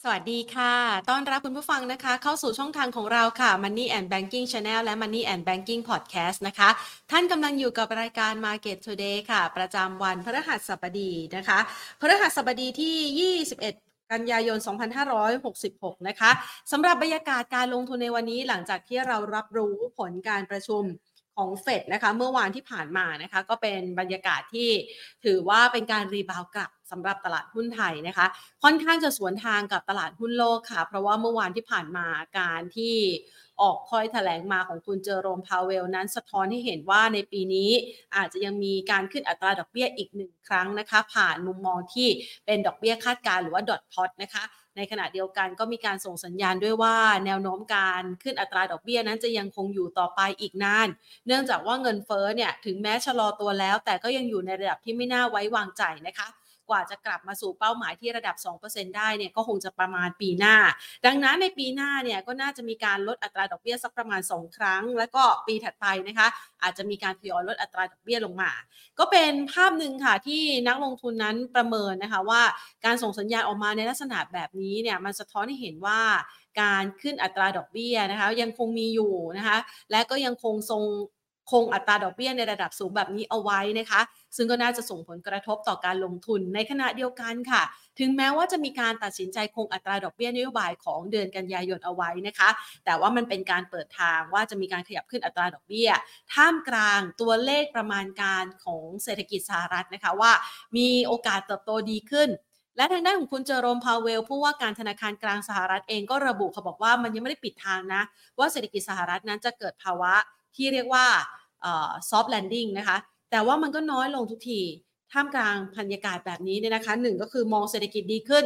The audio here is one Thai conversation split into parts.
สวัสดีค่ะต้อนรับคุณผู้ฟังนะคะเข้าสู่ช่องทางของเราค่ะ Money and Banking Channel และ Money and Banking Podcast นะคะท่านกำลังอยู่กับรายการ Market Today ค่ะประจำวันพฤหัสบดีนะคะพฤหัสบดีที่ 21 กันยายน 2566 นะคะสำหรับบรรยากาศการลงทุนในวันนี้หลังจากที่เรารับรู้ผลการประชุมของเฟดนะคะเมื่อวานที่ผ่านมานะคะก็เป็นบรรยากาศที่ถือว่าเป็นการรีบาวกลับสำหรับตลาดหุ้นไทยนะคะค่อนข้างจะสวนทางกับตลาดหุ้นโลกค่ะเพราะว่าเมื่อวานที่ผ่านมาการที่ออกถ้อยแถลงมาของคุณเจอโรมพาเวลนั้นสะท้อนให้เห็นว่าในปีนี้อาจจะยังมีการขึ้นอัตราดอกเบี้ยอีก1ครั้งนะคะผ่านมุมมองที่เป็นดอกเบี้ยคาดการณ์หรือว่าดอทพลอตนะคะในขณะเดียวกันก็มีการส่งสัญญาณด้วยว่าแนวโน้มการขึ้นอัตราดอกเบี้ยนั้นจะยังคงอยู่ต่อไปอีกนานเนื่องจากว่าเงินเฟ้อเนี่ยถึงแม้ชะลอตัวแล้วแต่ก็ยังอยู่ในระดับที่ไม่น่าไว้วางใจนะคะกว่าจะกลับมาสู่เป้าหมายที่ระดับ 2% ได้เนี่ยก็คงจะประมาณปีหน้าดังนั้นในปีหน้าเนี่ยก็น่าจะมีการลดอัตราดอกเบี้ยสักประมาณ2ครั้งแล้วก็ปีถัดไปนะคะอาจจะมีการทยอยลดอัตราดอกเบี้ยลงมาก็เป็นภาพหนึ่งค่ะที่นักลงทุนนั้นประเมินนะคะว่าการส่งสัญญาณออกมาในลักษณะแบบนี้เนี่ยมันสะท้อนให้เห็นว่าการขึ้นอัตราดอกเบี้ยนะคะยังคงมีอยู่นะคะและก็ยังคงอัตราดอกเบี้ยในระดับสูงแบบนี้เอาไว้นะคะซึ่งก็น่าจะส่งผลกระทบต่อการลงทุนในขณะเดียวกันค่ะถึงแม้ว่าจะมีการตัดสินใจคงอัตราดอกเบี้ยนโยบายของเดือนกันยายนเอาไว้นะคะแต่ว่ามันเป็นการเปิดทางว่าจะมีการขยับขึ้นอัตราดอกเบี้ยท่ามกลางตัวเลขประมาณการของเศรษฐกิจสหรัฐนะคะว่ามีโอกาสเติบโตดีขึ้นและทางด้านของคุณเจอโรมพาเวลผู้ว่าการธนาคารกลางสหรัฐเองก็ระบุเขาบอกว่ามันยังไม่ได้ปิดทางนะว่าเศรษฐกิจสหรัฐนั้นจะเกิดภาวะที่เรียกว่าsoft landing นะคะแต่ว่ามันก็น้อยลงทุกทีท่ามกลางบรรยากาศแบบนี้เนี่ยนะคะ1ก็คือมองเศรษฐกิจดีขึ้น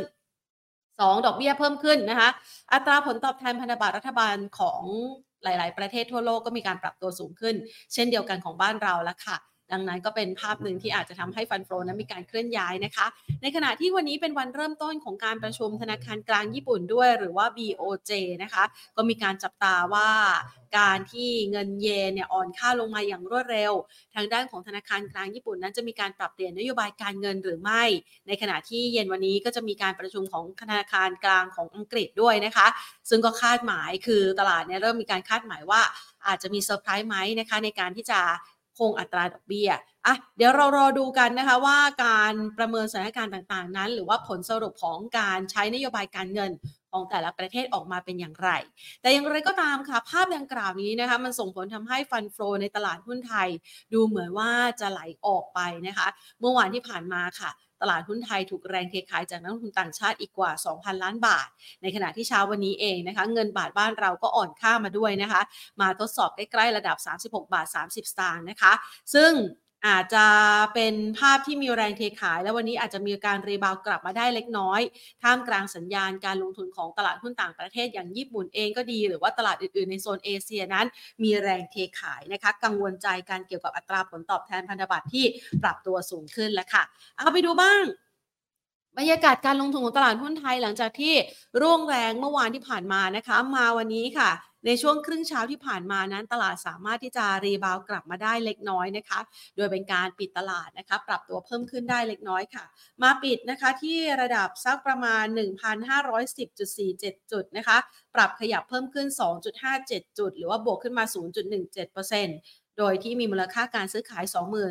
2ดอกเบี้ยเพิ่มขึ้นนะคะอัตราผลตอบแทนพันธบัตรรัฐบาลของหลายๆประเทศทั่วโลกก็มีการปรับตัวสูงขึ้นเช่นเดียวกันของบ้านเราแล้วค่ะดังนั้นก็เป็นภาพหนึ่งที่อาจจะทำให้ฟันโฟนั้นมีการเคลื่อนย้ายนะคะในขณะที่วันนี้เป็นวันเริ่มต้นของการประชุมธนาคารกลางญี่ปุ่นด้วยหรือว่า BOJ นะคะก็มีการจับตาว่าการที่เงินเยนเนี่ยอ่อนค่าลงมาอย่างรวดเร็วทางด้านของธนาคารกลางญี่ปุ่นนั้นจะมีการปรับเปลี่ยนนโยบายการเงินหรือไม่ในขณะที่เย็นวันนี้ก็จะมีการประชุมของธนาคารกลางของอังกฤษด้วยนะคะซึ่งก็คาดหมายคือตลาดเนี่ยเริ่มมีการคาดหมายว่าอาจจะมีเซอร์ไพรส์ไหมนะคะในการที่จะคงอัตราดอกเบี้ยเดี๋ยวเรารอดูกันนะคะว่าการประเมินสถานการณ์ต่างๆนั้นหรือว่าผลสรุปของการใช้นโยบายการเงินของแต่ละประเทศออกมาเป็นอย่างไรแต่อย่างไรก็ตามค่ะภาพดังกล่าวนี้นะคะมันส่งผลทำให้ฟันโฟลในตลาดหุ้นไทยดูเหมือนว่าจะไหลออกไปนะคะเมื่อวานที่ผ่านมาค่ะตลาดหุ้นไทยถูกแรงเทขายจากนักลงทุนต่างชาติอีกกว่า 2,000 ล้านบาทในขณะที่เช้าวันนี้เองนะคะเงินบาทบ้านเราก็อ่อนค่ามาด้วยนะคะมาทดสอบใกล้ๆระดับ36.30 บาทนะคะซึ่งอาจจะเป็นภาพที่มีแรงเทขายและวันนี้อาจจะมีการรีบาวกลับมาได้เล็กน้อยท่ามกลางสัญญาณการลงทุนของตลาดหุ้นต่างประเทศอย่างญี่ปุ่นเองก็ดีหรือว่าตลาดอื่นๆในโซนเอเชียนั้นมีแรงเทขายนะคะกังวลใจการเกี่ยวกับอัตราผลตอบแทนพันธบัตรที่ปรับตัวสูงขึ้นแล้วค่ะเอาไปดูบ้างบรรยากาศการลงทุนของตลาดหุ้นไทยหลังจากที่ร่วงแรงเมื่อวานที่ผ่านมานะคะมาวันนี้ค่ะในช่วงครึ่งเช้าที่ผ่านมานั้นตลาดสามารถที่จะรีบาวกลับมาได้เล็กน้อยนะคะโดยเป็นการปิดตลาดนะคะปรับตัวเพิ่มขึ้นได้เล็กน้อยค่ะมาปิดนะคะที่ระดับสักประมาณ 1,510.47 จุดนะคะปรับขยับเพิ่มขึ้น 2.57 จุดหรือว่าบวกขึ้นมา 0.17%โดยที่มีมูลค่าการซื้อขาย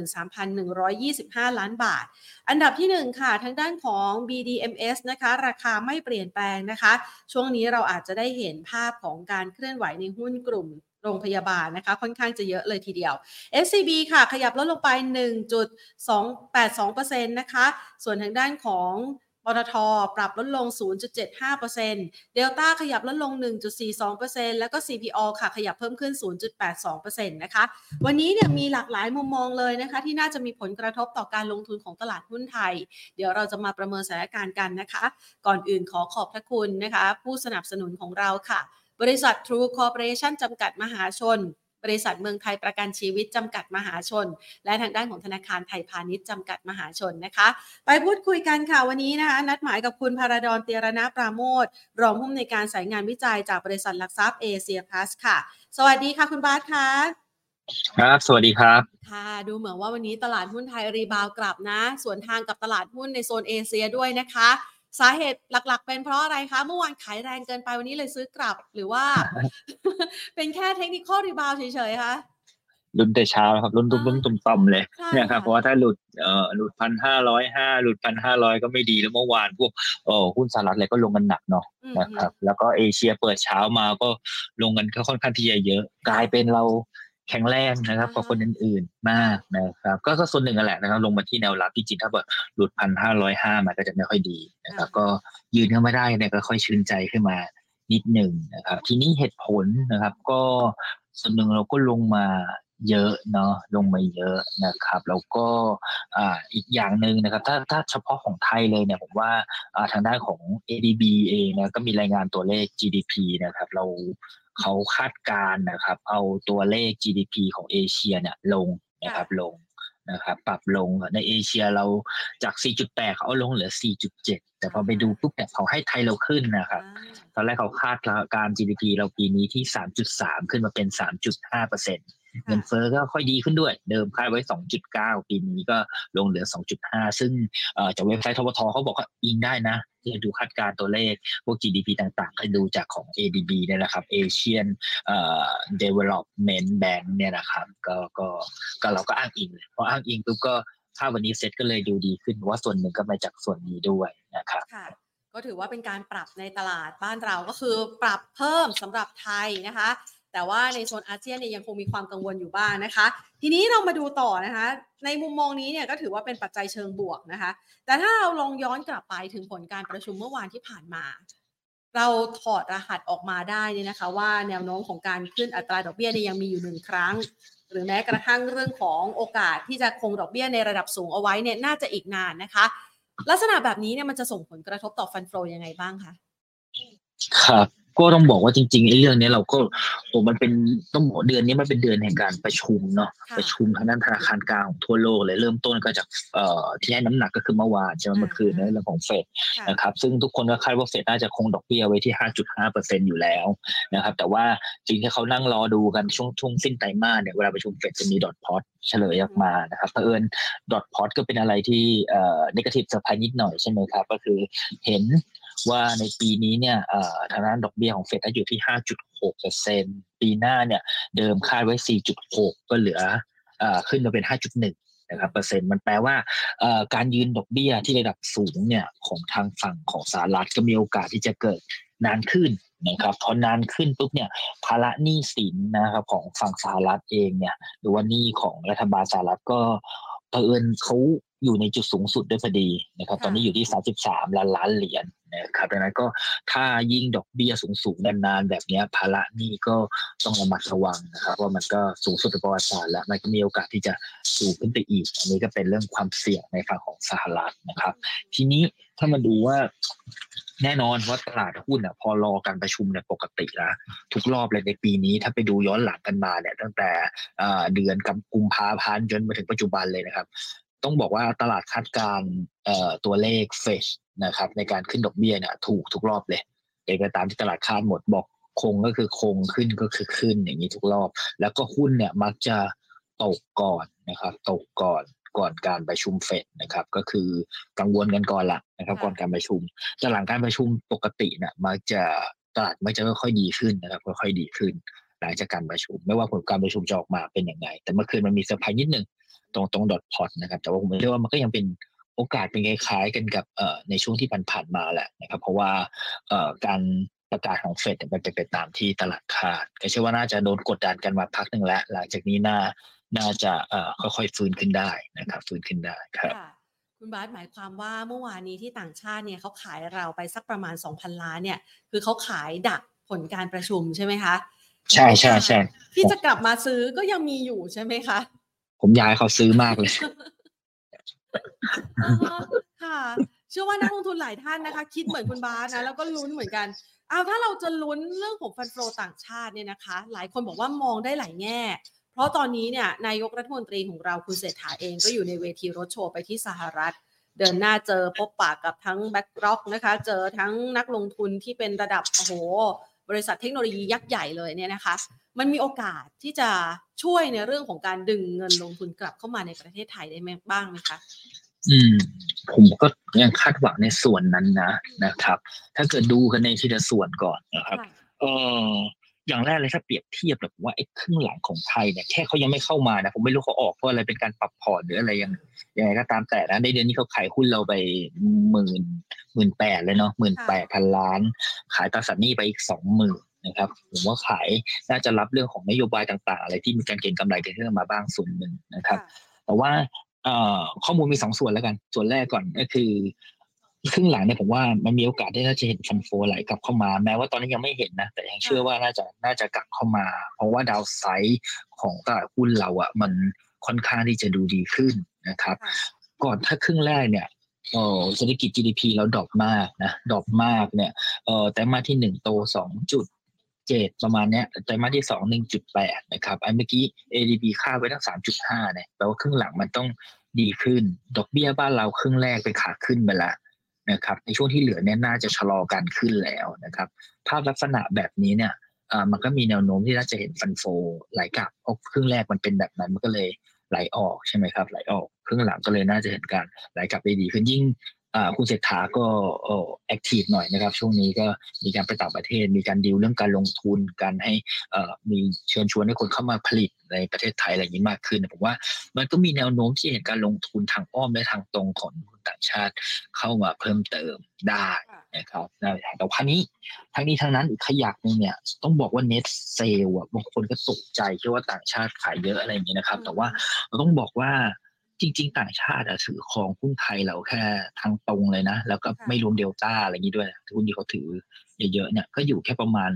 23,125 ล้านบาทอันดับที่1ค่ะทางด้านของ BDMs นะคะราคาไม่เปลี่ยนแปลงนะคะช่วงนี้เราอาจจะได้เห็นภาพของการเคลื่อนไหวในหุ้นกลุ่มโรงพยาบาลนะคะค่อนข้างจะเยอะเลยทีเดียว SCB ค่ะขยับลดลงไป 1.282% นะคะส่วนทางด้านของปตท.ปรับลดลง 0.75% Delta ขยับลดลง 1.42% แล้วก็ CPO ค่ะขยับเพิ่มขึ้น 0.82% นะคะวันนี้เนี่ยมีหลากหลายมุมมองเลยนะคะที่น่าจะมีผลกระทบต่อการลงทุนของตลาดหุ้นไทยเดี๋ยวเราจะมาประเมินสถานการณ์กันนะคะก่อนอื่นขอขอบพระคุณนะคะผู้สนับสนุนของเราค่ะบริษัท True Corporation จำกัดมหาชนบริษัทเมืองไทยประกันชีวิตจำกัดมหาชนและทางด้านของธนาคารไทยพาณิชย์จำกัดมหาชนนะคะไปพูดคุยกันค่ะวันนี้นะคะนัดหมายกับคุณภารดรเตียรณปราโมทรองผู้อำนวยการสายงานวิจัยจากบริษัทหลักทรัพย์เอเชียพลัสค่ะสวัสดีค่ะคุณบาสค่ะครับสวัสดีครับค่ะดูเหมือนว่าวันนี้ตลาดหุ้นไทยรีบาวกลับนะสวนทางกับตลาดหุ้นในโซนเอเชียด้วยนะคะสาเหตุหลักๆเป็นเพราะอะไรคะเมื่อวานขายแรงเกินไปวันนี้เลยซื้อกลับหรือว่า เป็นแค่ technical rebound เฉยๆคะลุ้นแต่เช้าครับลุ้นอาตุ้มๆต่อมๆเลยใช่เนี่ยครับเพราะว่าค่ะถ้าหลุด1,505หลุด1,500ก็ไม่ดีแล้วเมื่อวานพวกหุ้นสหรัฐอะไรก็ลงกันหนักเนาะอืมนะครับแล้วก็เอเชียเปิดเช้ามาก็ลงกันก็ค่อนข้างที่จะเยอะกลายเป็นค่ะเราแข็งแรงนะครับอะฮะกว่าคนอื่นๆค่ะมากนะครับก็ส่วนหนึ่งนั่นแหละนะครับลงมาที่แนวรับจริงๆถ้าแบบหลุด1,505มันก็จะไม่ค่อยดีนะคอารับก็ยืนขึ้นมาได้เนี่ยก็ค่อยชื่นใจขึ้นมานิดหนึ่งนะครับทีนี้เหตุผลนะครับก็ส่วนหนึ่งเราก็ลงมา เยอะเนาะลงมาเยอะนะครับแล้วก็อีกอย่างหนึ่งนะครับถ้าเฉพาะของไทยเลยเนี่ยผมว่าทางด้านของ ADB เองนะก็มีรายงานตัวเลข GDP นะครับเขาคาดการณ์นะครับเอาตัวเลข GDP ของเอเชียเนี่ยลงนะคค่ะรับลงนะครับปรับลงในเอเชียเราจาก 4.8เขาเอาลงเหลือ 4.7แต่พอไปอะฮะดูปุ๊บเนี่ยเขาให้ไทยเราขึ้นนะครับอาตอนแรกเขาคาดการ GDP เราปีนี้ที่ 3.3 ขึ้นมาเป็น 3.5%เงิค่ะนเฟ้อก็ค่อยดีขึ้นด้วยเดิมคาดไว้ 2.9 ปีนี้ก็ลงเหลือ 2.5 ซึ่งจากเว็บไซต์ทบทเขาบอกว่าอิงได้นะที่จะดูคาดการณ์ตัวเลขพวก GDP ต่างๆก็ดูจากของ ADB เนี่ยนะครับ Asian Development Bank เนี่ยนะครับก็เราก็อ้างอิงพออ้างอิงปุ๊บก็ถ้าวันนี้เซ็ตก็เลยดูดีขึ้นเพราะว่าส่วนหนึ่งก็มาจากส่วนนี้ด้วยนะครับค่ะก็ถือว่าเป็นการปรับในตลาดบ้านเราก็คือปรับเพิ่มสำหรับไทยนะคะแต่ว่าในโซนอาเซียนเนี่ยยังคงมีความกังวลอยู่บ้างนะคะทีนี้เรามาดูต่อนะคะในมุมมองนี้เนี่ยก็ถือว่าเป็นปัจจัยเชิงบวกนะคะแต่ถ้าเราลองย้อนกลับไปถึงผลการประชุมเมื่อวานที่ผ่านมาเราถอดรหัสออกมาได้เนี่ยนะคะว่าแนวโน้มของการขึ้นอัตราดอกเบี้ยเนี่ยยังมีอยู่1ครั้งหรือแม้กระทั่งเรื่องของโอกาสที่จะคงดอกเบี้ยในระดับสูงเอาไว้เนี่ยน่าจะอีกนานนะคะ ลักษณะแบบนี้เนี่ยมันจะส่งผลกระทบต่อฟันโฟลยังไงบ้างคะครับก็ต้องบอกว่าจริงๆไอ้เรื่องนี้เราก็มันเป็นต้องบอกเดือนนี้มันเป็นเดือนแห่งการประชุมเนาะปค่ะระชุมทางด้านธนาคารกลางของทั่วโลกเลยเริ่มต้นก็จากที่ให้น้ำหนักก็คือเมื่อวานใช่ไหมอะเมื่อคืนในฮะเรื่องของเฟดค่ะนะครับซึ่งทุกคนก็คาดว่าเฟดน่าจะคงดอกเบี้ยไว้ที่ 5.5% อยู่แล้วนะครับแต่ว่าสิ่งที่เขานั่งรอดูกันช่วงสิ้นไตรมาสเนี่ยเวลาประชุมเฟดจะมีดอทพอตเฉลยอือฮึออกมานะครับเผอิญดอทพอตก็เป็นอะไรที่negative surprise นิดหน่อยใช่ไหมครับก็คือเห็น ว่าในปีนี้เนี่ยทางด้านดอกเบี้ยของเฟดอยู่ที่ 5.6%ปีหน้าเนี่ยเดิมคาดไว้ 4.6 ก็เหลือขึ้นมาเป็น 5.1นะอืมครับเปอร์เซ็นต์มันแปลว่าการยืนดอกเบี้ยที่ระดับสูงเนี่ยของทางฝั่งของสหรัฐก็มีโอกาสที่จะเกิดนานขึ้นนะครับพอนานขึ้นปุ๊บเนี่ยภาระหนี้สินนะครับของฝั่งสหรัฐเองเนี่ยหรือว่าหนี้ของรัฐบาลสหรัฐก็เผอิญเขาอยู่ในจุดสูงสุดด้วยพอดีนะครับตอนค่ะนี้อยู่ที่33ล้านเหรียญ นะครับดังนั้นก็ถ้ายิ่งดอกเบี้ยสูงๆนานๆแบบนี้ภาระหนี้ก็ต้องระมัดระวังนะครับว่ามันก็สูงสุดในประวัติศาสตร์แล้วมันก็มีโอกาสที่จะสูงขึ้นไปอีกอันนี้ก็เป็นเรื่องความเสี่ยงในฝั่งของสหรัฐนะครับทีนี้ถ้ามาดูว่าแน่นอนว่าตลาดหุ้นพอรอการประชุมเนี่ยปกติแล้วทุกรอบเลยในปีนี้ถ้าไปดูย้อนหลังกันมาเนี่ยตั้งแต่เดือนกุมภาพันธ์จนมาถึงปัจจุบันเลยนะครับ ต้องบอกว่าตลาดคาดการณ์ตัวเลขเฟชนะครับในการขึ้นดอกเบี้ยเนี่ยถูกทุกรอบเลยเป็นไปตามที่ตลาดคาดหมดบอกคงก็คือคงขึ้นก็คือขึ้นอย่างนี้ทุกรอบแล้วก็หุ้นเนี่ยมักจะตกก่อนนะครับตกก่อนการประชุมเฟดนะครับก็คือกังวลกันก่อนละนะครับก่อนการค่ะประชุมแต่หลังการประชุมปกติเนี่ยมักจะตลาดมักจะค่อยๆดีขึ้นนะครับค่อยๆดีขึ้นหลังจากการประชุมไม่ว่าผลการประชุมจะออกมาเป็นยังไงแต่เมื่อคืนมันมีเซอร์ไพรส์นิดนึง ตรงดอทพอตนะครับแต่ว่าผมเชื่อว่ามันก็ยังเป็นโอกาสเป็นคล้ายๆกันกับในช่วงที่ผ่านๆมาแหละนะครับเพราะว่าการประกาศของเฟดมันเป็นไปตามที่ตลาดคาดก็เชื่อว่าน่าจะโดนกดดันกันมาพักหนึ่งแล้วหลังจากนี้น่าจะค่อยๆฟื้นขึ้นได้นะครับฟื้นขึ้นได้ครับค่ะคุณบาสหมายความว่าเมื่อวานนี้ที่ต่างชาติเนี่ยเขาขายเราไปสักประมาณ2,000ล้านเนี่ยคือเขาขายดักผลการประชุมใช่ไหมคะใช่โอกาสใช่ใช่ที่จะกลับมาซื้อก็ยังมีอยู่ใช่ไหมคะผมอยากให้เขาซื้อมากเลยอะฮะค่ะเชื่อว่านักลงทุนหลายท่านนะคะคิดเหมือนคุณบาสนะแล้วก็ลุ้นเหมือนกันถ้าเราจะลุ้นเรื่องของฟันโฟลต่างชาติเนี่ยนะคะหลายคนบอกว่ามองได้หลายแง่เพราะตอนนี้เนี่ยนายกรัฐมนตรีของเราคุณเศรษฐาเองก็อยู่ในเวทีรถโชว์ไปที่สหรัฐเดินหน้าเจอพบปะกับทั้งแบ็กร็อกนะคะเจอทั้งนักลงทุนที่เป็นระดับโอ้โหบริษัทเทคโนโลยียักษ์ใหญ่เลยเนี่ยนะคะมันมีโอกาสที่จะช่วยในเรื่องของการดึงเงินลงทุนกลับเข้ามาในประเทศไทยได้ไหมบ้างไหมคะอืมผมก็ยังคาดหวังในส่วนนั้นนะครับถ้าเกิดดูกันในทีละส่วนก่อนนะครับค่ะเอออย่างแรกเลยถ้าเปรียบเทียบแบบว่าไอ้ครึ่งหลังของไทยเนี่ยแค่เขายังไม่เข้ามานะผมไม่รู้เขาออกเพราะอะไรเป็นการปรับพอร์ตหรืออะไรยังไงก็ตามแต่นะในเดือนนี้เขาขายหุ้นเราไป18,000เลยเนาะ18,000 ล้านขายตราสารหนี้ไปอีก20,000นะครับผมว่าขายน่าจะรับเรื่องของนโยบายต่างๆอะไรที่มีการเก็งกำไรเกิดขึ้นมาบ้างส่วนหนึ่งนะครับแต่ว่า ข้อมูลมี2 ส่วนแล้วกันส่วนแรกก่อนก็คือครึ่งหลังเนี่ยผมว่ามันมีโอกาสที่น่าจะเห็นฟันโฟไหลกลับเข้ามาแม้ว่าตอนนี้ยังไม่เห็นนะแต่ยังเชื่อว่าน่าจะกลับเข้ามาเพราะว่าดาวไซด์ของตลาดหุ้นเราอ่ะมันค่อนข้างที่จะดูดีขึ้นนะครับก่อนถ้าครึ่งแรกเนี่ยเศรษฐกิจ GDP เราดรอปมากนะดรอปมากเนี่ยแต่มาที่1โต2.7ประมาณเนี้ยไตรมาสที่2 1.8นะครับเมื่อกี้ ADP ค่าไว้ตั้ง3.5เนี่ยแปลว่าครึ่งหลังมันต้องดีขึ้นดอกเบี้ยบ้านเราครึ่งแรกเป็นขาขึ้นไปแล้วนะครับในช่วงที่เหลือเนี่ยน่าจะชะลอการขึ้นแล้วนะครับภาพลักษณะแบบนี้เนี่ยมันก็มีแนวโน้มที่น่าจะเห็นฟันโฟไหลกลับเพราะครึ่งแรกมันเป็นแบบนั้นมันก็เลยไหลออกใช่ไหมครับไหลออกครึ่งหลังก็เลยน่าจะเห็นการไหลกลับได้ดีขึ้นยิ่งคุณเศรษฐาก็แอคทีฟหน่อยนะครับช่วงนี้ก็มีการไปต่างประเทศมีการดีลเรื่องการลงทุนการให้มีเชิญชวนให้คนเข้ามาผลิตในประเทศไทยอะไรอย่างนี้มากขึ้นผมว่ามันก็มีแนวโน้มที่เห็นการลงทุนทางอ้อมและทางตรงของต่างชาติเข้ามาเพิ่มเติมได้นะครับแต่ครั้งนี้ทั้งนั้นอีกขยักหนึ่งเนี่ยต้องบอกว่า net sale บางคนก็ตกใจคิดว่าต่างชาติขายเยอะอะไรอย่างนี้นะครับแต่ว่าเราต้องบอกว่าจริงๆต่างชาติถือครองหุ้นไทยเราแค่ทางตรงเลยนะแล้วก็ไม่รวมเดลต้าอะไรอย่างนี้ด้วยหุ้นที่เขาถือเยอะๆเนี่ยก็อยู่แค่ประมาณ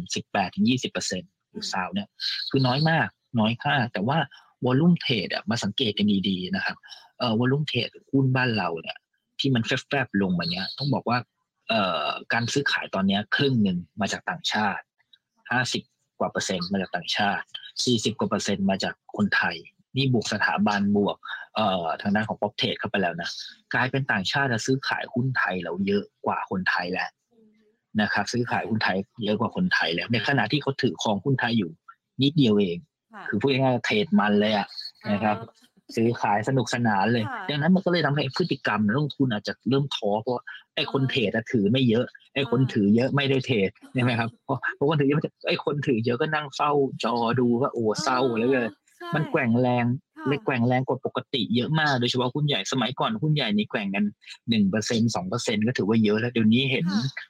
18-20%หรือซาวเนี่ยคือน้อยมากแต่ว่าวอลลุ่มเทรดมาสังเกตกันดีๆนะครับวอลลุ่มเทรดหุ้นบ้านเราเนี่ยที่มันแฟบๆลงมาเนี้ยต้องบอกว่าการซื้อขายตอนนี้ครึ่งหนึ่งมาจากต่างชาติ50 กว่า% มาจากต่างชาติ40 กว่า% มาจากคนไทยนี่บวกสถาบันบวกทางด้านของ Prop Trade เข้าไปแล้วนะกลายเป็นต่างชาติซื้อขายหุ้นไทยเราเยอะกว่าคนไทยแล้วนะครับซื้อขายหุ้นไทยเยอะกว่าคนไทยแล้วในขณะที่เขาถือครองหุ้นไทยอยู่นิดเดียวเองคือพูดง่ายๆเทรดมันเลยนะครับซื้อขายสนุกสนานเลยดังนั้นมันก็เลยทำให้พฤติกรรมนักลงทุนอาจจะเริ่มท้อเพราะไอ้คนเทรดถือไม่เยอะไอ้คนถือเยอะไม่ได้เทรดใช่ไหมครับเพราะคนถือเยอะไอ้คนถือเยอะก็นั่งเฝ้าจอดูว่าโอ้เศร้าแล้วเลยมันแกว่งแรงกว่าปกติเยอะมากโดยเฉพาะหุ้นใหญ่สมัยก่อนหุ้นใหญ่นี่แกว่งกัน1% 2%ก็ถือว่าเยอะแล้วเดี๋ยวนี้เห็น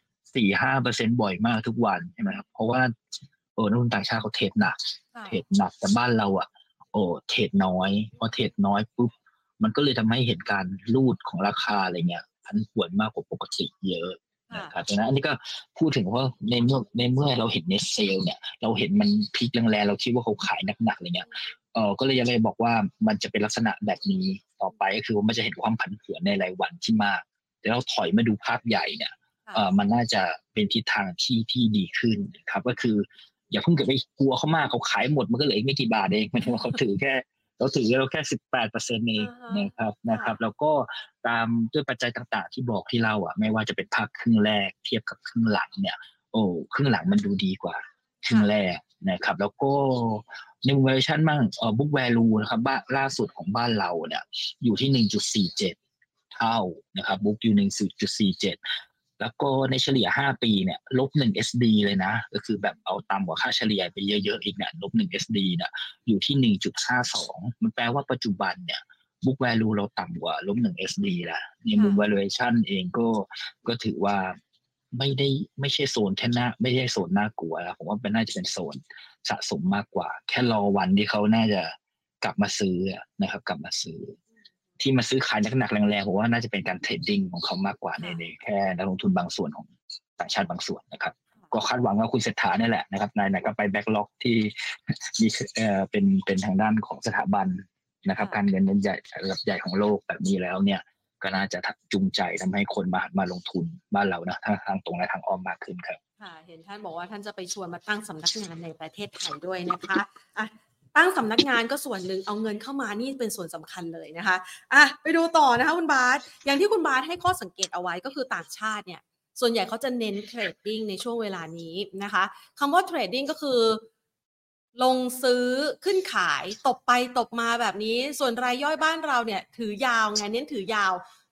4-5%บ่อยมากทุกวันใช่ไหมครับเพราะว่านักลงทุนต่างชาติเขาเทรดหนักแต่บ้านเราเทรดน้อยพอเทรดน้อยปุ๊บมันก็เลยทำให้เห็นการรูดของราคาอะไรเงี้ยผันผวนมากกว่าปกติเยอะนะครับดังนั้นอันนี้ก็พูดถึงว่าในเมื่อเราเห็นเน็ตเซลเนี่ยเราเห็นมันพีคแรงๆเราคิดว่าเขาขายหนักๆอะไรเงี้ยก็เลยยังเลยบอกว่ามันจะเป็นลักษณะแบบนี้ต่อไปก็คือว่ามันจะเห็นความผันผวนในรายวันที่มากแต่เราถอยมาดูภาพใหญ่เนี่ยมันน่าจะเป็นทิศทางที่ดีขึ้นครับก็คืออย่าเพิ่งเกิดไปกลัวเขามากเขาขายหมดมันก็เหลืออีกไม่กี่บาทเองไม่ใช่ว่าเขาถือแค่18%เองนะครับแล้วก็ตามด้วยปัจจัยต่างๆที่บอกที่เล่าไม่ว่าจะเป็นภาคครึ่งแรกเทียบกับครึ่งหลังเนี่ยครึ่งหลังมันดูดีกว่าครึ่งแรกนะครับแล้วก็ในเวอร์ชันบ้างบุ๊กแวลูนะครับล่าสุดของบ้านเราเนี่ยอยู่ที่1.47 เท่านะครับบุ๊กอยู่1.47แล้วก็ในเฉลี่ย5 ปีเนี่ย-1 SD เลยนะก็คือแบบเอาต่ำกว่าค่าเฉลี่ยไปเยอะๆอีกเนี่ย-1 SD เนี่ยอยู่ที่1.52มันแปลว่าปัจจุบันเนี่ย book value เราต่ำกว่า-1 SD แล้วในมุม valuation เองก็ถือว่าไม่ใช่โซนแค่ไม่ใช่โซนน่ากลัวแล้วผมว่าน่าจะเป็นโซนสะสมมากกว่าแค่รอวันที่เขาน่าจะกลับมาซื้อนะครับกลับมาซื้อที่มาซื้อขายหนักๆแรงๆผมว่าน่าจะเป็นการเทรดดิ้งของเขามากกว่าในแค่นักลงทุนบางส่วนของต่างชาติบางส่วนนะครับก็คาดหวังว่าคุณเศรษฐานี่แหละนะครับนายก็ไปแบ็กล็อกที่มีเป็นทางด้านของสถาบันนะครับการเงินใหญ่ระดับใหญ่ของโลกแบบนี้แล้วเนี่ยก็น่าจะจูงใจทำให้คนมาลงทุนบ้านเรานะทั้งทางตรงและทางอ้อมมากขึ้นครับค่ะเห็นท่านบอกว่าท่านจะไปชวนมาตั้งสำนักงานในประเทศไทยด้วยนะคะตั้งสำนักงานก็ส่วนหนึ่งเอาเงินเข้ามานี่เป็นส่วนสำคัญเลยนะคะไปดูต่อนะคะคุณบาสอย่างที่คุณบาสให้ข้อสังเกตเอาไว้ก็คือต่างชาติเนี่ยส่วนใหญ่เขาจะเน้นเทรดดิ้งในช่วงเวลานี้นะคะคำว่าเทรดดิ้งก็คือลงซื้อขึ้นขายตบไปตบมาแบบนี้ส่วนรายย่อยบ้านเราเนี่ยถือยาวไงเน้นถือยาว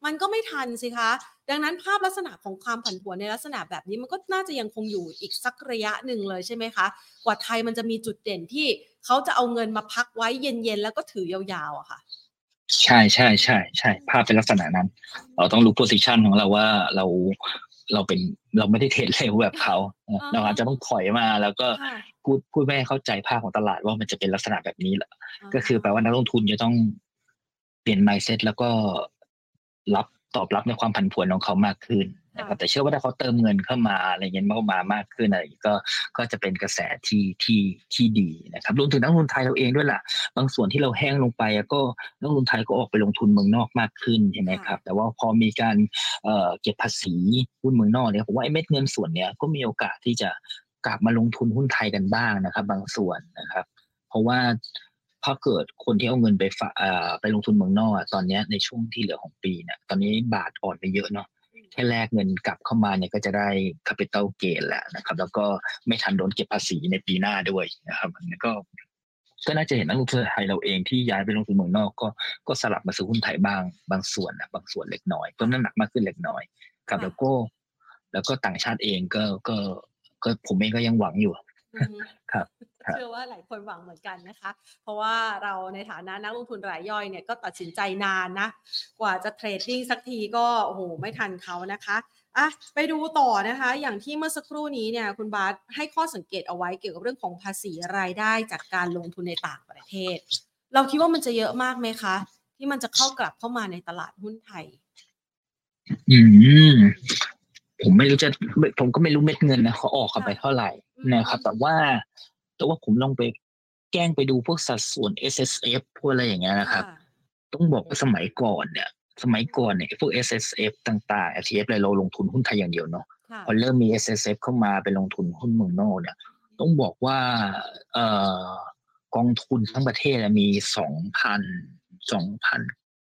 มันก็ไม่ทันสิคะดังนั้นภาพลักษณะของความผันผวนในลักษณะแบบนี้มันก็น่าจะยังคงอยู่อีกสักระยะหนึ่งเลยใช่ไหมคะกว่าไทยมันจะมีจุดเด่นที่เขาจะเอาเงินมาพักไว้เย็นๆแล้วก็ถือยาวๆอะค่ะใช่ใช่ใช่ใช่ภาพเป็นลักษณะนั้นเราต้องรู้โพซิชันของเราว่าเราเป็นเราไม่ได้เทรดเร็วแบบเขาอะเราอาจฮะจะต้องถอยมาแล้วก็ค่ะพูดไม่ให้เข้าใจภาพของตลาดว่ามันจะเป็นลักษณะแบบนี้แหละอ๋อก็คือแปลว่านักลงทุนจะต้องเปลี่ยน mindset แล้วก็รับตอบรับในความผันผวนของเขามากขึ้นนะค่ะครับแต่เชื่อว่าถ้าเขาเติมเงินเข้ามาอะไรเงี้ยมากขึ้นอะไรก็จะเป็นกระแสที่ดีนะครับรวมถึงนักลงทุนไทยเราเองด้วยล่ะ บางส่วนที่เราแห้งลงไปก็นักลงทุนไทยก็ออกไปลงทุนเมืองนอกมากขึ้นใช่ไหมค่ะครับแต่ว่าพอมีการเก็บภาษีหุ้นเมืองนอกเนี่ยผมว่าไอ้เม็ดเงินส่วนเนี้ยก็มีโอกาสที่จะกลับมาลงทุนหุ้นไทยกันบ้างนะครับบางส่วนนะครับเพราะว่าถ้าเกิดคนที่เอาเงินไปลงทุนเมืองนอกตอนนี้ในช่วงที่เหลือของปีเนี่ยตอนนี้บาทอ่อนไปเยอะเนาะอืมแค่แลกเงินกลับเข้ามาเนี่ยก็จะได้ capital gain แล้วนะครับแล้วก็ไม่ทันโดนเก็บภาษีในปีหน้าด้วยนะครับอันนี้ก็น่าจะเห็นนักลงทุนไทยเราเองที่ย้ายไปลงทุนเมืองนอกก็สลับมาซื้อหุ้นไทยบ้างบางส่วนนะบางส่วนเล็กน้อยก็ค่ะน้ำหนักมากขึ้นเล็กน้อยครับค่ะแล้วก็ต่างชาติเองก็ผมเองก็ยังหวังอยู่อือฮึครับครับเชื่อว่าหลายคนหวังเหมือนกันนะคะ เพราะว่าเราในฐานะนักลงทุนรายย่อยเนี่ยก็ตัดสินใจนานนะกว่าจะเทรดดิ้งสักทีก็โอ้โฮไม่ทันเขานะคะอะไปดูต่อนะคะอย่างที่เมื่อสักครู่นี้เนี่ยคุณบาสให้ข้อสังเกตเอาไว้เกี่ยวกับเรื่องของภาษีรายได้จากการลงทุนในต่างประเทศเราคิดว่ามันจะเยอะมากไหมคะที่มันจะกลับเข้ามาในตลาดหุ้นไทยอืมผมไม่รู้จะผมก็ไม่รู้เม็ดเงินนะเขาออกกันไปค่ะเท่าไหร่อืนะครับมแต่ว่าผมลองไปแกล้งไปดูพวกสัดส่วน SSF พวกอะไรอย่างเงี้ยนะคค่ะรับต้องบอกว่าสมัยก่อนเนี่ยพวก SSF ต่างๆ ETF อะไรเราลงทุนหุ้นไทยอย่างเดียวเนาะค่ะพอเริ่มมี SSF เข้ามาไปลงทุนหุ้นเมืองนอกเนี่ยต้องบอกว่าเอ่อกองทุนทั้งประเทศมี2,000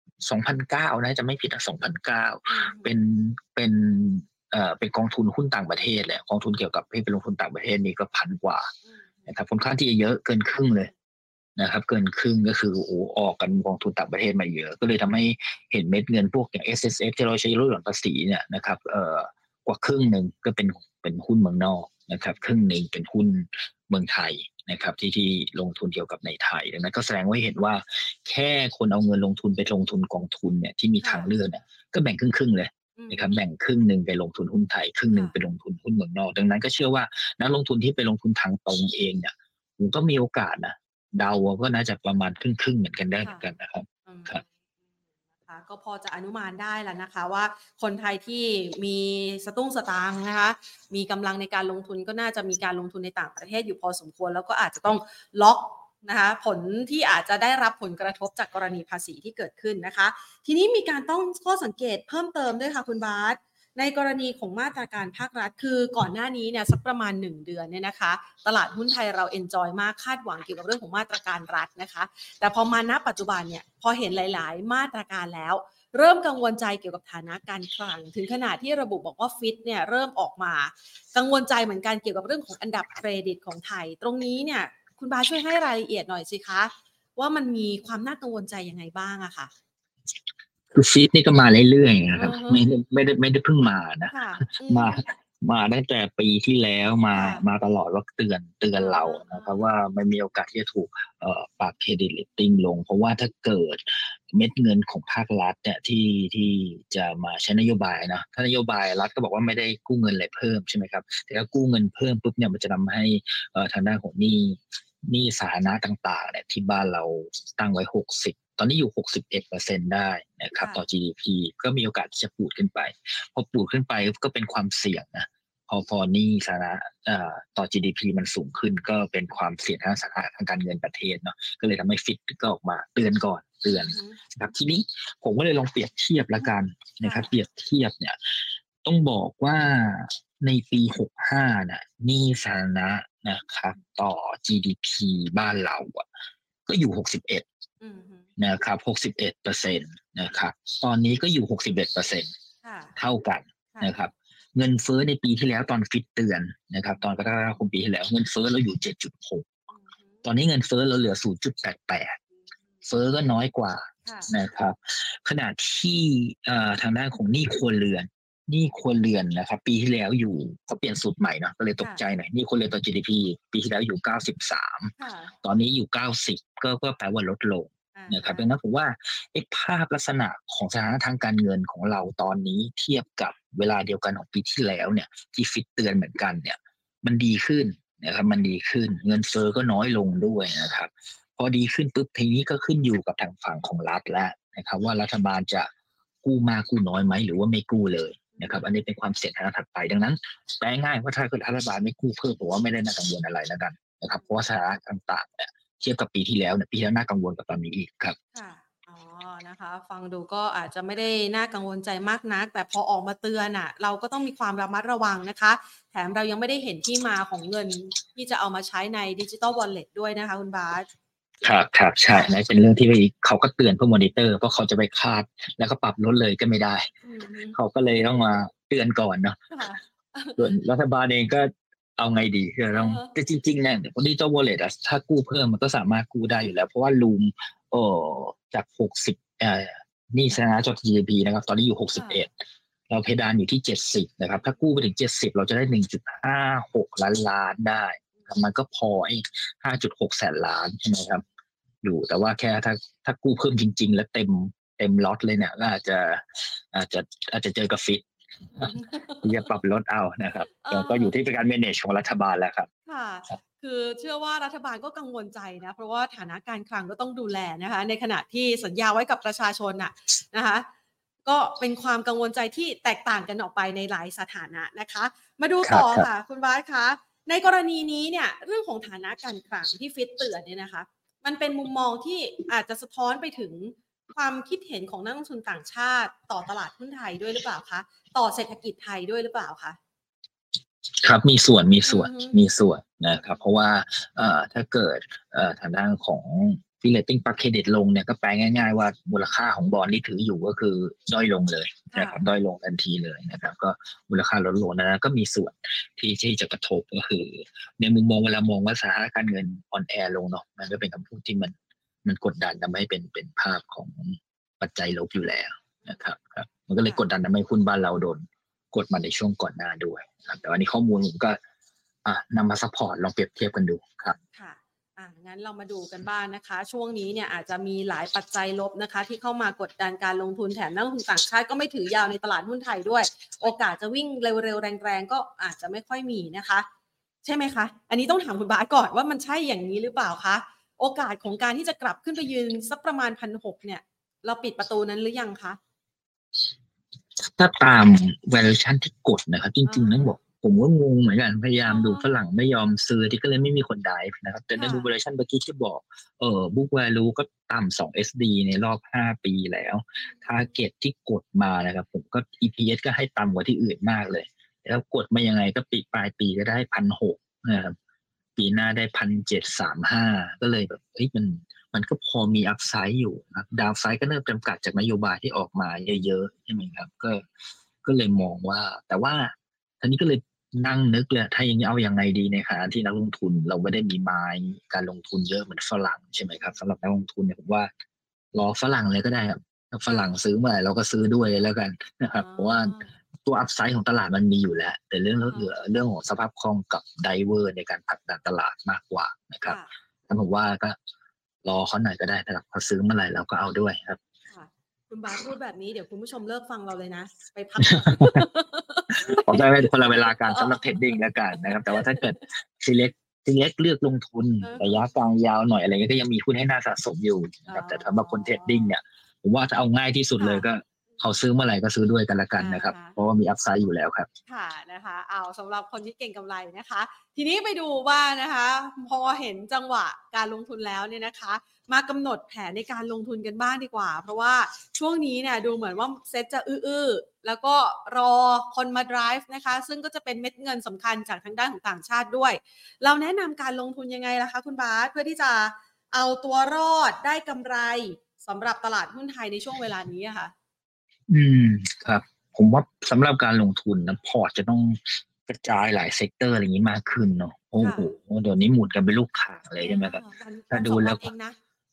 2,900นะจะไม่ผิดนะ2,900 อือฮึเป็นเป็นเป็นกองทุนหุ้นต่างประเทศแหละกองทุนเกี่ยวกับที่เป็นลงทุนต่างประเทศนี่ก็พันกว่าอือฮึนะครับค่อนข้างที่จะเยอะเกินครึ่งเลยนะครับเกินครึ่งก็คือโอ้ออกกันกองทุนต่างประเทศมาเยอะก็เลยทำให้เห็นเม็ดเงินพวกอย่าง SSF ที่เราใช้ลดหย่อนภาษีเนี่ยนะครับกว่าครึ่งหนึ่งก็เป็นหุ้นเมืองนอกนะครับครึ่งหนึ่งเป็นหุ้นเมืองไทยนะครับที่ลงทุนเกี่ยวกับในไทยดังนั้นก็แสดงว่าเห็นว่าแค่คนเอาเงินลงทุนไปลงทุนกองทุนเนี่ยที่มีทาค่ะงเลือกเนี่ยก็แบ่งครึ่งๆเลยอือฮึนะครับแบ่งครึ่งหนึ่งไปลงทุนหุ้นไทยครึ่งหนึ่งค่ะไปลงทุนหุ้นเมืองนอกดังนั้นก็เชื่อว่านักลงทุนที่ไปลงทุนทางตรงเองเนี่ยผมก็มีโอกาสนะเดาก็น่าจะประมาณครึ่งๆเหมือนกันได้เหมืค่ะอนกันนะครับอืมครับนะคะก็พอจะอนุมานได้แล้วนะคะว่าคนไทยที่มีสตุ้งสตางค์นะคะมีกำลังในการลงทุนก็น่าจะมีการลงทุนในต่างประเทศอยู่พอสมควรแล้วก็อาจจะต้องล็อกนะคะผลที่อาจจะได้รับผลกระทบจากกรณีภาษีที่เกิดขึ้นนะคะทีนี้มีการต้องข้อสังเกตเพิ่มเติมด้วยค่ะคุณบาสในกรณีของมาตรการภาครัฐคือก่อนหน้านี้เนี่ยสักประมาณ1 เดือนเนี่ยนะคะตลาดหุ้นไทยเราเอนจอยมากคาดหวังเกี่ยวกับเรื่องของมาตรการรัฐนะคะ แต่พอมาณปัจจุบันเนี่ยพอเห็นหลายๆมาตรการแล้วเริ่มกังวลใจเกี่ยวกับฐานะการคลังถึงขนาดที่ระบุบอกว่าฟิตเนี่ยเริ่มออกมากังวลใจเหมือนกันเกี่ยวกับเรื่องของอันดับเครดิตของไทยตรงนี้เนี่ยคุณบาช่วยให้รายละเอียดหน่อยสิคะว่ามันมีความน่ากังวลใจยังไงบ้างอะค่ะคือฟีดนี่ก็มาเรื่อยๆนะครับอือฮึไม่ได้เพิ่งมานะค่ะอืมามมาตั้งแต่ปีที่แล้วมาค่ะมาตลอดว่าเตือนอาเรานะครับว่ามันมีโอกาสที่จะถูกปรับเครดิตเรตติ้งลงเพราะว่าถ้าเกิดเม็ดเงินของภาครัฐเนี่ยที่จะมาใช้นโยบายนะถ้านโยบายรัฐก็บอกว่าไม่ได้กู้เงินอะไรเพิ่มใช่ไหมครับแต่ถ้ากู้เงินเพิ่มปุ๊บเนี่ยมันจะทำให้ทางด้านของหนี้สาธารณะต่างๆเนี่ยที่บ้านเราตั้งไว้60ตอนนี้อยู่61%ได้นะครับค่ะต่อ GDP ก็มีโอกาสที่จะปูดขึ้นไปพอปูดขึ้นไปก็เป็นความเสี่ยงนะพอหนี้สาธารณะต่อ GDP มันสูงขึ้นก็เป็นความเสี่ยงทางสาธารณะทางการเงินประเทศเนาะก็เลยทำให้ฟิตก็ออกมาเตือนก่อนเตือนอือฮึนะครับทีนี้ผมก็เลยลองเปรียบเทียบละกันนะค่ะครับเปรียบเทียบเนี่ยต้องบอกว่าในปี65น่ะหนี้สาธารณะนะครับต่อ GDP บ้านเราอะก็อยู่61 อือฮึนะครับ61%นะครับตอนนี้ก็อยู่61% ค่ะเท่ากันค่ะนะครับเงินเฟ้อในปีที่แล้วตอนฟิตเตือนนะครับตอนกรกฎาคมปีที่แล้วเงินเฟ้อเราอยู่7.6 อือฮึตอนนี้เงินเฟ้อเราเหลือ0.88เฟ้อก็น้อยกว่าค่ะนะครับขณะที่ทางด้านของหนี้ครัวเรือนนะครับปีที่แล้วอยู่เขาเปลี่ยนสูตรใหม่เนาะก็เลยตกค่ะใจหน่อยหนี้ครัวเรือนต่อ GDP ปีที่แล้วอยู่93 ค่ะตอนนี้อยู่90ก็แปลว่าลดลงอะนะครับฮะดังนั้นผมว่าไอ้ภาพลักษณะของสถานะทางการเงินของเราตอนนี้เทียบกับเวลาเดียวกันของปีที่แล้วเนี่ยที่ฟิตเตือนเหมือนกันเนี่ยมันดีขึ้นนะครับมันดีขึ้นเงินเฟ้อก็น้อยลงด้วยนะครับ พอดีขึ้นปุ๊บทีนี้ก็ขึ้นอยู่กับทางฝั่งของรัฐแล้วนะครับว่ารัฐบาลจะกู้มากกู้น้อยไหมหรือว่าไม่กู้เลยนะครับอันนี้เป็นความเสี่ยงทางถัดไปดังนั้นแปลง่ายว่าถ้าเกิดรัฐบาลไม่กู้เพิ่มผมว่าไม่ได้น่ากังวลอะไรแล้วกันนะครับเพราะว่าสถานะต่างๆเนี่ยเทียบกับปีที่แล้วเนี่ยปีที่แล้วน่ากังวลกับตอนนี้อีกครับค่ะอ๋อนะคะฟังดูก็อาจจะไม่ได้น่ากังวลใจมากนักแต่พอออกมาเตือนน่ะเราก็ต้องมีความระมัดระวังนะคะแถมเรายังไม่ได้เห็นที่มาของเงินที่จะเอามาใช้ใน Digital Wallet ด้วยนะคะคุณบาสครับครับใช่และเป็นเรื่องที่เขาก็เตือนเพื่อมอนิเตอร์เพราะเขาจะไปคาดแล้วก็ปรับลดเลยก็ไม่ได้อือฮึเขาก็เลยต้องมาเตือนก่อนเนาะค่ะส่วนรัฐบาลเองก็เอาไงดีคือต้องอะฮะแต่จริงๆเนี่ยDigital Wallet อะถ้ากู้เพิ่มมันก็สามารถกู้ได้อยู่แล้วเพราะว่าลูมจาก60หนี้สาธารณะต่อ GDP นะครับตอนนี้อยู่ค่ะ 61เราเพดานอยู่ที่70นะครับถ้ากู้ไปถึง70เราจะได้1.56ล้านได้ครับมันก็พอไอ้5.6แสนล้านใช่ไหมครับอยู่แต่ว่าแค่ถ้ากู้เพิ่มจริงๆแล้วเต็มล็อตเลยเนี่ยก็อาจจะอาจจะเจอกับฟิตอืมที่จะปรับลดเอานะครับเอก็อยู่อที่การ manage ของรัฐบาลแล้วครับค่ะครับคือเชื่อว่ารัฐบาลก็กังวลใจนะเพราะว่าฐานะการคลังก็ต้องดูแลนะคะในขณะที่สัญญาไว้กับประชาชนน่ะนะคะก็เป็นความกังวลใจที่แตกต่างกันออกไปในหลายสถานะนะคะมาดูต่อครับค่ะคุณบาสคะในกรณีนี้เนี่ยเรื่องของฐานะการคลังที่ฟิตเตือนเนี่ยนะคะมันเป็นมุมมองที่อาจจะสะท้อนไปถึงความคิดเห็นของนักลงทุนต่างชาติต่อตลาดหุ้นไทยด้วยหรือเปล่าคะต่อเศรษฐกิจไทยด้วยหรือเปล่าคะครับมีส่วนมีส่วนอือฮึมีส่วนนะครับเพราะว่าถ้าเกิดทางด้านของที่เรตติงปรับเครดิตลงเนี่ยก็แปลง่ายๆว่ามูลค่าของบอนด์ที่ถืออยู่ก็คือด้อยลงเลยค่ะนะครับด้อยลงทันทีเลยนะครับก็มูลค่าลดลงนะก็มีส่วนที่จะกระทบก็คือในมุมมองเวลามองว่าสถานะการเงินอ่อนแอลงเนาะมันก็เป็นคำพูดที่มันกดดันทำให้เป็นภาพของปัจจัยลบอยู่แล้วนะครับครับมันก็เลยค่ะกดดันทำให้หุ้นบ้านเราโดนกดมาในช่วงก่อนหน้าด้วยครับแต่วันนี้ข้อมูลผมก็นำมาซัพพอร์ตลองเปรียบเทียบกันดูครับค่ะงั้นเรามาดูกันบ้างนะคะ ช่วงนี้เนี่ยอาจจะมีหลายปัจจัยลบนะคะที่เข้ามากดดันการลงทุนแถมนักลงทุนต่างชาติก็ไม่ถือยาวในตลาดหุ้นไทยด้วย โอกาสจะวิ่งเร็วๆแรงๆก็อาจจะไม่ค่อยมีนะคะใช่ไหมคะ อันนี้ต้องถามคุณบาสก่อนว่ามันใช่อย่างนี้หรือเปล่าคะ โอกาสของการที่จะกลับขึ้นไปยืนสักประมาณ1,600เนี่ยเราปิดประตูนั้นหรือยังคะถ้าตาม valuation ที่กดนะครับจอะฮะริงๆต้องบอกผมก็งงเหมือนกันพยายามดูอะฮะฝรั่งไม่ยอมซื้อที่ก็เลยไม่มีคน dive นะครับแต่ในค่ะดู valuation เมื่อกี้ที่บอกbook value ก็ต่ำ2 SD ในรอบ5 ปีแล้ว target ที่กดมานะครับผมก็ EPS ก็ให้ต่ำกว่าที่อื่นมากเลยแล้วกดมายังไงก็ปีปลายปีก็ได้1,600นะครับปีหน้าได้1,735ก็เลยแบบเฮ้ยมันก็พอมีอัพไซด์อยู่ครับดาวไซด์ก็เริ่มจำกัดจากนโยบายที่ออกมาเยอะๆใช่ไหมครับก็เลยมองว่าแต่ว่าทีนี้ก็เลยนั่งนึกเลยถ้ายังเอายังไงดีในขณะที่นักลงทุนเราไม่ได้มีไม้การลงทุนเยอะเหมือนฝรั่งใช่ไหมครับสำหรับนักลงทุนเนี่ยผมว่ารอฝรั่งเลยก็ได้ครับถ้าฝค่ะรั่งซื้อเมื่อไหร่เราก็ซื้อด้วยแล้วกันนะคอ๋รับเพราะว่าอตัวอัพไซด์ของตลาดมันมีอยู่แล้วแต่เรื่องอะฮะเหลือเรื่องของสภาพคล่องกับไดเวอร์ในการผลักดันตลาดมากกว่านะครับค่ะถ้าผมว่าก็รอเขาหน่อยก็ได้นะครับเขาซื้อเมื่อไหร่เราก็เอาด้วยครับค่ะคุณบาสพูดแบบนี้เดี๋ยวคุณผู้ชมเลิกฟังเราเลยนะไปพักก่อนผมได้คนละเวลาการเออสำหรับเทรดดิ้งแล้วกันนะครับแต่ว่าถ้าเกิด select select เลือกลงทุนอือระฮึยะกลางยาวหน่อยอะไรเงี้ยก็ยังมีหุ้นให้น่าสะสมอยู่อ๋นะครับแต่สำหรับคนเทรอดดิ้งเนี่ยผมว่าถ้าเอาง่ายที่สุดเลยก็ค่ะเขาซื้อเมื่อไหร่ก็ซื้อด้วยกันละกันอะนะครับฮะเพราะว่ามีอัพไซด์อยู่แล้วครับค่ะนะคะเอาสำหรับคนที่เก่งกำไรนะคะทีนี้ไปดูว่านะคะพอเห็นจังหวะการลงทุนแล้วเนี่ยนะคะมากำหนดแผนในการลงทุนกันบ้างดีกว่าเพราะว่าช่วงนี้เนี่ยดูเหมือนว่าเซ็ตจะอื้อๆแล้วก็รอคนมา drive นะคะซึ่งก็จะเป็นเม็ดเงินสำคัญจากทางด้านของต่างชาติด้วยเราแนะนำการลงทุนยังไงล่ะคะคุณบาสเพื่อที่จะเอาตัวรอดได้กำไรสำหรับตลาดหุ้นไทยในช่วงเวลานี้อะค่ะอืมครับผมว่าสำหรับการลงทุนนะพอร์ตจะต้องกระจายหลายเซกเตอร์อะไรอย่างนี้มากขึ้นเนาะโอ้ค่ะโหเดี๋ยวนี้หมุนกันเป็นลูกข่างเลยอ๋อใช่ไหมครับวันถ้าวันสองดูแล้ววันเองนะครับ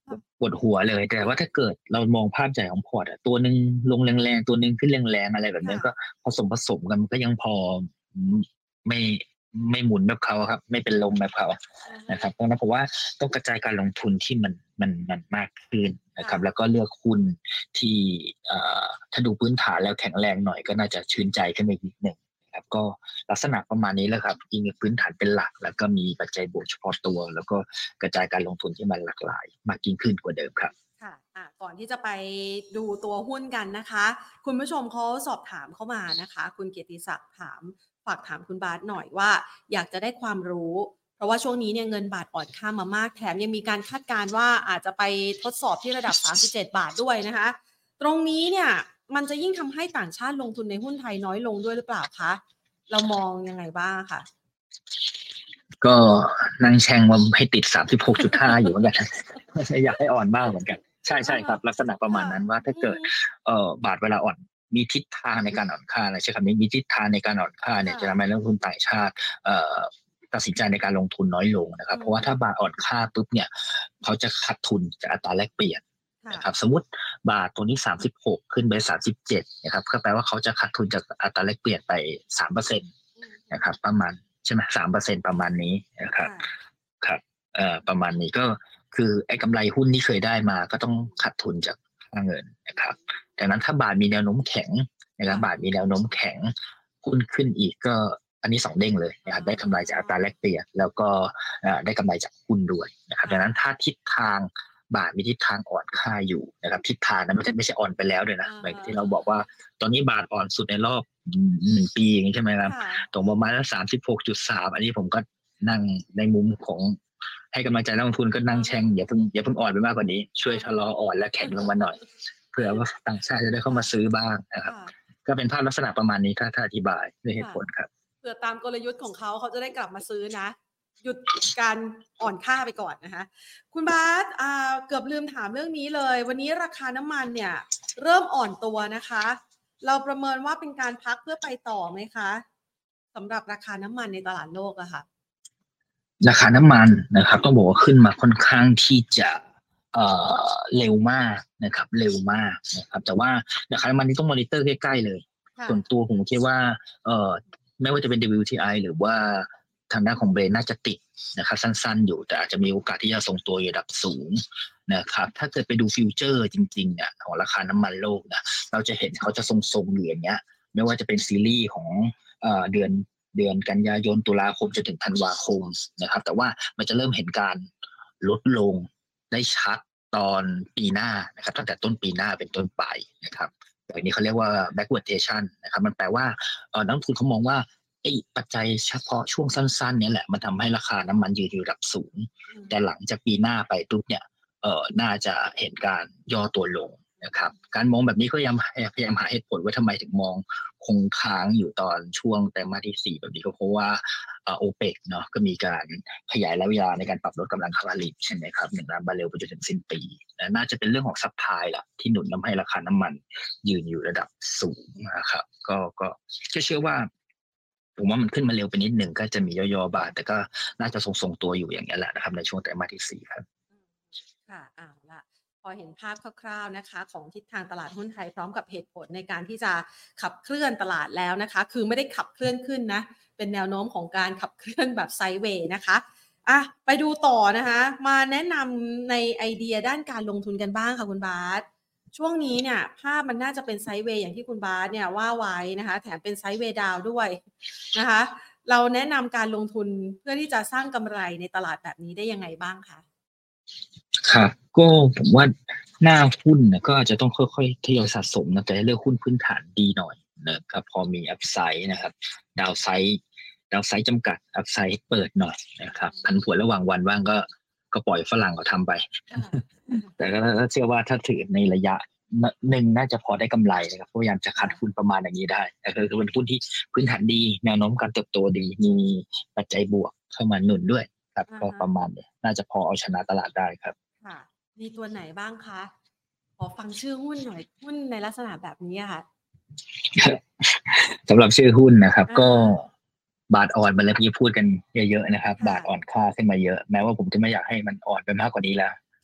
ปวดหัวเลยแต่ว่าถ้าเกิดเรามองภาพใหญ่ของพอร์ตอะตัวหนึ่งลงแรงๆตัวหนึ่งขึ้นแรงๆอะไรแบบนี้ก็ค่ะผสมกันมันก็ยังพอไม่ไม่หมุนแบบเขาครับไม่เป็นลมแบบเขาอือฮึนะครับเพราะฉะนั้นผมว่าต้องกระจายการลงทุนที่มันมากขึ้นนะคค่ะรับแล้วก็เลือกหุ้นที่ถ้าดูพื้นฐานแล้วแข็งแรงหน่อยก็น่าจะชื่นใจขึ้นไปอีกนิดหนึ่งครับก็ลักษณะประมาณนี้แหละครับยิงพื้นฐานเป็นหลักแล้วก็มีปัจจัยบวกเฉพาะตัวแล้วก็กระจายการลงทุนที่มันหลากหลายมากยิ่งขึ้นกว่าเดิมครับค่ะก่อนที่จะไปดูตัวหุ้นกันนะคะ คุณผู้ชมเขาสอบถามเข้ามานะคะ คุณเกียรติศักดิ์ฝากถามคุณบาสหน่อยว่าอยากจะได้ความรู้ เพราะว่าช่วงนี้เนี่ยเงินบาทอ่อนค่ามามากแถมยังมีการคาดการณ์ว่าอาจจะไปทดสอบที่ระดับ37บาทด้วยนะคะ ตรงนี้เนี่ยมันจะยิ่งทำให้ต่างชาติลงทุนในหุ้นไทยน้อยลงด้วยหรือเปล่าคะเรามองยังไงบ้างคะก็นั่งแช่งว่าให้ติด36.5อยู่เหมือนกันไม่อยากให้อ่อนมากเหมือนกันใช่อะใช่คฮะรับลักษณะประมาณค่ะนั้นว่าถ้าเกิดอือฮึบาทเวลาอ่อนมีทิศทางในการอ่อนค่าอะไรใช่คำนี้มีทิศทางในการอ่อนค่าเนี่ยค่ะจะทำให้นักลงทุนต่างชาติตัดสินใจในการลงทุนน้อยลงนะครับเพราะว่าอือฮึถ้าบาทอ่อนค่าปุ๊บเนี่ยเขาจะขาดทุนจากอัตราแลกเปลี่ยนค่ะนะครับสมมติบาทตัวนี้36ขึ้นไป37นะครับก็แปลว่าเขาจะขาดทุนจากอัตราแลกเปลี่ยนไป3% อือฮึนะครับประมาณใช่ไหม3%ประมาณนี้นะครับค่ะครับประมาณนี้ก็คือไอ้กำไรหุ้นที่เคยได้มาก็ต้องขาดทุนจากค่าเงินนะครับดังนั้นถ้าบาทมีแนวโน้มแข็งนะครับค่ะบาทมีแนวโน้มแข็งหุ้นขึ้นอีกก็อันนี้สองเด้งเลยอ๋นะครับได้กำไรจากอัตราแลอกเปลี่ยนแล้วก็ได้กำไรจากหุ้นด้วยนะครับดังนั้นค่ะถ้าทิศทางบาทมีทิศทางอ่อนค่าอยู่นะครับทิศทางนั้นไม่ใช่อ่อนไปแล้วด้วยนะอะแบบฮะที่เราบอกว่าตอนนี้บาทอ่อนสุดในรอบ1 ปีอย่างนี้ใช่ไหมครับค่ะตรงประมาณ36.3อันนี้ผมก็นั่งในมุมของให้กำลังใจนักลงทุนก็นั่งอะฮะแช่งอย่าเพิ่งอ่อนไปมากกว่านี้ช่วยอะฮะชะลออ่อนและแข็งลงมาหน่อยเผื่อว่าต่างชาติจะได้เข้าค่ะมาซื้อบ้างนะครับค่ะก็เป็นภาพลักษณะประมาณนี้ถ้าอธิบายด้วยเหตุค่ะผลครับเผื่อตามกลยุทธ์ของเขาเขาจะได้กลับมาซื้อนะหยุดการอ่อนค่าไปก่อนนะคะคุณบาสเกือบลืมถามเรื่องนี้เลยวันนี้ราคาน้ำมันเนี่ยเริ่มอ่อนตัวนะคะเราประเมินว่าเป็นการพักเพื่อไปต่อไหมคะสำหรับราคาน้ำมันในตลาดโลกอะค่ะราคาน้ำมันนะครับต้องบอกว่าขึ้นมาค่อนข้างที่จะเร็วมากนะครับเร็วมากนะครับแต่ว่าราคาน้ำมันนี่ต้องมอนิเตอร์ใกล้ๆเลยค่ะส่วนตัวผมคิดว่าเอ่อไม่ว่าจะเป็น WTI หรือว่าทางด้านของเบรนท์น่าจะติดนะครับสั้นๆอยู่แต่อาจจะมีโอกาสที่จะทรงตัวอยู่ระดับสูงนะครับถ้าเกิดไปดูฟิวเจอร์จริงๆเนี่ยของราคาน้ำมันโลกนะเราจะเห็นเขาจะทรงๆอยู่อย่างเงี้ยไม่ว่าจะเป็นซีรีส์ของเดือนกันยายนตุลาคมจนถึงธันวาคมนะครับแต่ว่ามันจะเริ่มเห็นการลดลงได้ชัดตอนปีหน้านะครับตั้งแต่ต้นปีหน้าเป็นต้นไปนะครับแบบนี้เขาเรียกว่า backwardation นะครับมันแปลว่านักลงทุนเขามองว่าไอ้ปัจจัยเฉพาะช่วงสั้นๆเนี่ยแหละมันทำให้ราคาน้ำมันยืนอยู่ระดับสูงอืมแต่หลังจากปีหน้าไปปุ๊บเนี่ยน่าจะเห็นการย่อตัวลงนะครับการมองแบบนี้ก็พยายามหาเหตุผลว่าทำไมถึงมองคงค้างอยู่ตอนช่วงไตรมาสที่4แบบนี้ก็เพราะว่าโอเปกเนาะก็มีการขยายระยะเวลาในการปรับลดกำลังการผลิตใช่ไหมครับ1 ล้านบาร์เรลไปจนถึงสิ้นปีและน่าจะเป็นเรื่องของซัพพลายแหละที่หนุนทำให้ราคาน้ำมันยืนอยู่ระดับสูงนะครับก็เชื่อว่าผมว่ามันขึ้นมาเร็วไปนิดหนึ่งก็จะมีย่อๆบางแต่ก็น่าจะทรงๆตัวอยู่อย่างนี้แหละนะครับในช่วงไตรมาสที่4ครับอืมค่ะเอาล่ะพอเห็นภาพคร่าวๆนะคะของทิศทางตลาดหุ้นไทยพร้อมกับเหตุผลในการที่จะขับเคลื่อนตลาดแล้วนะคะคือไม่ได้ขับเคลื่อนขึ้นนะเป็นแนวโน้มของการขับเคลื่อนแบบไซด์เวย์นะคะไปดูต่อนะคะมาแนะนำในไอเดียด้านการลงทุนกันบ้างค่ะคุณบาสช่วงนี้เนี่ยภาพมันน่าจะเป็นไซด์เวย์อย่างที่คุณบาสเนี่ยว่าไว้นะคะแถมเป็นไซด์เวย์ดาวด้วยนะคะเราแนะนำการลงทุนเพื่อที่จะสร้างกำไรในตลาดแบบนี้ได้ยังไงบ้างคะครับก็ผมว่าหน้าหุ้นนะก็อาจจะต้องค่อยๆทยอยสะสมนะแต่ให้เลือกหุ้นพื้นฐานดีหน่อยนะครับพอมีอัพไซด์นะครับดาวไซด์ดาวไซด์จำกัดอัพไซด์เปิดหน่อยนะครับผันผวนระหว่างวันว่างก็ปล่อยฝรั่งเขาทำไปค่ะแต่ก็เชื่อว่าถ้าถือในระยะหนึ่งน่าจะพอได้กำไรนะครับพยายามจะคัดหุ้นค่ะประมาณอย่างนี้ได้แต่คือเป็นหุ้นที่พื้นฐานดีแนวโน้มการเติบโตดีมีปัจจัยบวกเข้ามาหนุนด้วยครับก็อะฮะประมาณนี้น่าจะพอเอาชนะตลาดได้ครับค่ะมีตัวไหนบ้างคะขอฟังชื่อหุ้นหน่อยหุ้นในลักษณะแบบนี้อะค่ะสำหรับชื่อหุ้นนะครับก็อะฮะบาทอ่อนมาแล้วพี่พูดกันเยอะๆนะครับบาทอ่อนค่ะค่าขึ้นมาเยอะแม้ว่าผมจะไม่อยากให้มันอ่อนไปมากกว่านี้แล้ว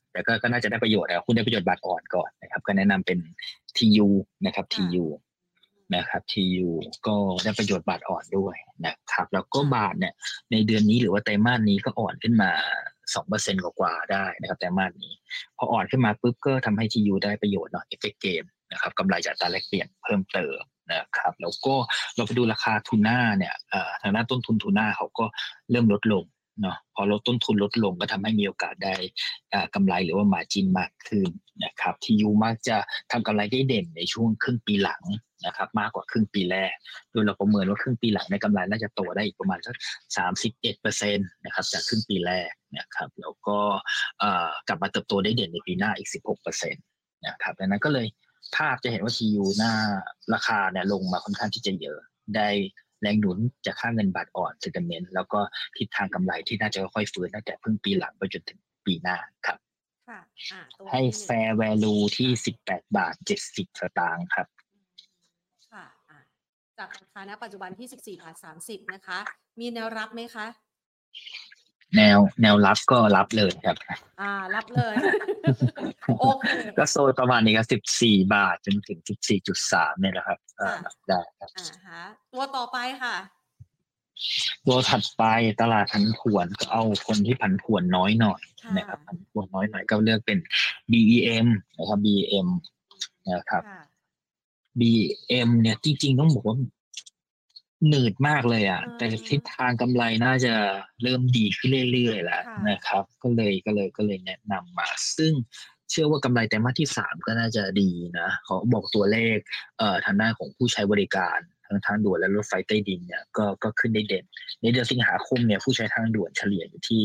แต่ก็น่าจะได้ประโยชน์นะคุณได้ประโยชน์บาทอ่อนก่อนนะครับก็แนะนำเป็น TU นะครับค่ะ TU นะครับ TU ก็ได้ประโยชน์บาทอ่อนด้วยนะครับแล้วก็ค่ะบาทเนี่ยในเดือนนี้หรือว่าไตรมาสนี้ก็อ่อนขึ้นมา 2% กว่าๆได้นะครับไตรมาสนี้พออ่อนขึ้นมาปุ๊บก็ทำให้ TU ได้ประโยชน์เนาะ effect gain นะครับกำไรจากอัตราแลกเปลี่ยนเพิ่มเติมนะครับแล้วก็เราไปดูราคาทูน่าเนี่ยทางด้านต้นทุนทูน่าเขาก็เริ่มลดลงเนาะพอลดต้นทุนลดลงก็ทำให้มีโอกาสได้กำไรหรือว่า margin มากขึ้นนะครับ TU มักจะทำกำไรได้เด่นในช่วงครึ่งปีหลังนะครับมากกว่าครึ่งปีแรกโดยเราประเมินว่าครึ่งปีหลังในกำไรน่าจะโตได้อีกประมาณสัก 31% นะครับจากครึ่งปีแรกนะครับแล้วก็กลับมาเติบโตได้เด่นในปีหน้าอีก 16% นะครับดังนั้นก็เลยภาพจะเห็นว่า TU หน้าราคาเนี่ยลงมาค่อนข้างที่จะเยอะได้แรงหนุนจากค่าเงินบาทอ่อนเซนติเมนต์แล้วก็ทิศทางกำไรที่น่าจะค่อยๆฟื้นตั้งแต่ครึ่งปีหลังไปจนถึงปีหน้าครับค่ะตัวให้ที่หนึ่ง fair value ที่ค่ะ 18.70 สตางค์ครับค่ะจากราคาณปัจจุบันที่ 14.30 นะคะ มีแนวรับไหมคะแนวรับก็รับเลยครับรับเลย โอเคก็โซนประมาณนี้ครับ14 บาทจนถึง 14.3 เนี่ยนะครับค่ะรับได้ครับตัวต่อไปค่ะตัวถัดไปตลาดผันผวนก็เอาคนที่ผันผวนน้อยหน่อยค่ะนะครับผันผวนน้อยหน่อยก็เลือกเป็น BEM นะครับ BEM นะครับค่ะ BEM เนี่ยจริงๆต้องบอกว่าหนืดมากเลยแต่ทิศทางกำไรน่าจะเริ่มดีขึ้นเรื่อยๆแล้วค่ะนะครับก็เลยแนะนำมาซึ่งเชื่อว่ากำไรไตรมาสที่ 3ก็น่าจะดีนะเขาบอกตัวเลขทางด้านของผู้ใช้บริการทั้งทางด่วนและรถไฟใต้ดินเนี่ยก็ขึ้นได้เด่นในเดือนสิงหาคมเนี่ยผู้ใช้ทางด่วนเฉลี่ยอยู่ที่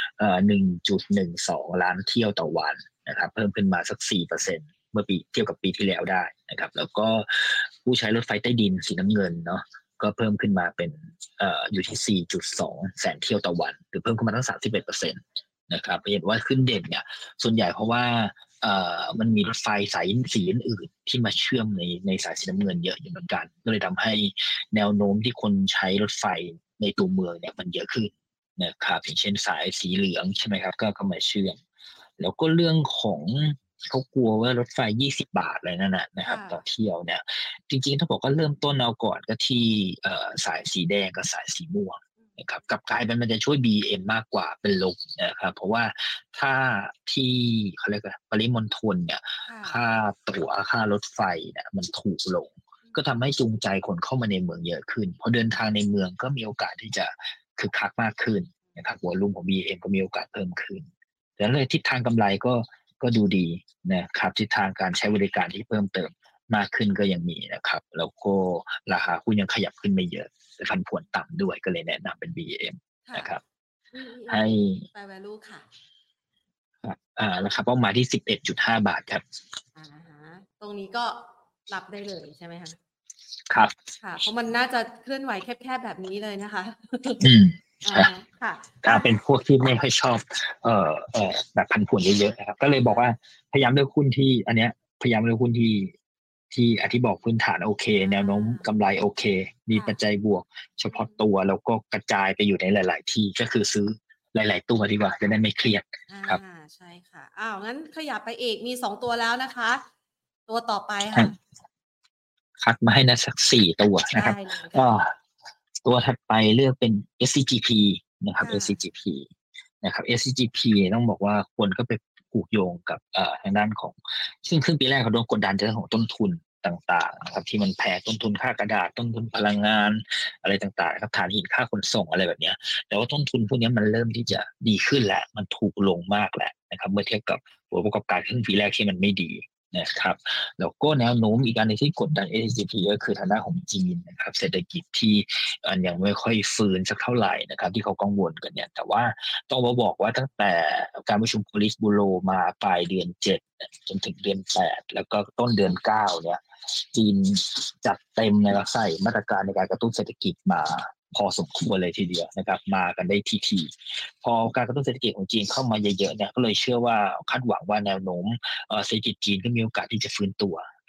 1.12 ล้านเที่ยวต่อวันนะครับเพิ่มขึ้นมาสัก 4%เมื่อปีเทียบกับปีที่แล้วได้นะครับแล้วก็ผู้ใช้รถไฟใต้ดินสีน้ำเงินเนาะก็เพิ่มขึ้นมาเป็นอยู่ที่ 4.2 แสนเที่ยวต่อวันหรือเพิ่มขึ้นมาตั้ง 31% นะครับเห็นว่าขึ้นเด่นเนี่ยส่วนใหญ่เพราะว่ามันมีรถไฟสายสีอื่นๆที่มาเชื่อมในสายสีน้ำเงินเยอะอยู่เหมือนกันก็เลยทำให้แนวโน้มที่คนใช้รถไฟในตัวเมืองเนี่ยมันเยอะขึ้นนะครับอย่างเช่นสายสีเหลืองใช่ไหมครับก็มาเชื่อมแล้วก็เรื่องของเขากลัวว่ารถไฟ20 บาทอะไรนั่นนะครับต่อเที่ยวเนี่ยจริงๆถ้าบอกว่าเริ่มต้นเอาก่อนก็ที่สายสีแดงกับสายสีม่วงนะครับกลับกลายเป็นมันจะช่วย BM มากกว่าเป็นลบนะครับเพราะว่าถ้าที่เขาเรียกว่าปริมณฑลเนี่ยค่าตั๋วค่ารถไฟเนี่ยมันถูกลงก็ทำให้จูงใจคนเข้ามาในเมืองเยอะขึ้นพอเดินทางในเมืองก็มีโอกาสที่จะคึกคักมากขึ้นนะครับวอลลุ่มของ BM ก็มีโอกาสเพิ่มขึ้นแต่เลยทิศทางกำไรก็ดูดีนะครับทิศทางการใช้บริการที่เพิ่มเติมมากขึ้นก็ยังมีนะครับแล้วก็ราคาหุ้นยังขยับขึ้นไม่เยอะแต่ผันผวนต่ำด้วยก็เลยแนะนำเป็น BM นะครับให้ fair value ค่ะราคาเป้าหมายที่ 11.5 บาทครับตรงนี้ก็รับได้เลยใช่ไหมคะครับค่ะเพราะมันน่าจะเคลื่อนไหวแคบๆแบบนี้เลยนะคะค่ะเป็นพวกที่ไม่ค่อยชอบแบบผันผวนเยอะๆนะครับก็เลยบอกว่าพยายามเลือกหุ้นที่อันเนี้ยพยายามเลือกหุ้นที่ที่บอกพื้นฐานโอเคแนวโน้มกำไรโอเคมีปัจจัยบวกเฉพาะตัวแล้วก็กระจายไปอยู่ในหลายๆที่ก็คือซื้อหลายๆตัวดีกว่าจะได้ไม่เครียดครับใช่ค่ะงั้นขยับไปอีกมี2 ตัวแล้วนะคะตัวต่อไปค่ะคัดมาให้นะสัก4 ตัวนะครับตัวถัดไปเลือกเป็น SCGP นะครับ SCGP นะครับ SCGP ต้องบอกว่าคนก็ไปผูกโยงกับทางด้านของซึ่งครึ่งปีแรกเขาโดนกดดันจากเรื่องของต้นทุนต่างๆนะครับที่มันแพงต้นทุนค่ากระดาษต้นทุนพลังงานอะไรต่างๆครับถ่านหินค่าขนส่งอะไรแบบนี้แต่ว่าต้นทุนพวกนี้มันเริ่มที่จะดีขึ้นแล้วมันถูกลงมากแล้วนะครับเมื่อเทียบกับผลประกอบการครึ่งปีแรกที่มันไม่ดีนะครับแล้วก็แนวโน้มอีกการนึงที่กดดัน SCGP ก็คือทางด้านของจีนนะครับเศรษฐกิจที่ยังไม่ค่อยฟื้นสักเท่าไหร่นะครับที่เขากังวลกันเนี่ยแต่ว่าต้องมาบอกว่าตั้งแต่การประชุมโพลิสบูโรมาปลายเดือน7จนถึงเดือน8แล้วก็ต้นเดือน9เนี่ยจีนจัดเต็มนะครับใส่มาตรการในการกระตุ้นเศรษฐกิจมาพอสมควรเลยทีเดียวนะครับมากันได้ทีพอการกระตุ้นเศรษฐกิจของจีนเข้ามาเยอะๆเนี่ยก็เลยเชื่อว่าคาดหวังว่าแนวโน้มเศรษฐกิจจีนก็มีโอกาสที่จะฟื้นตัว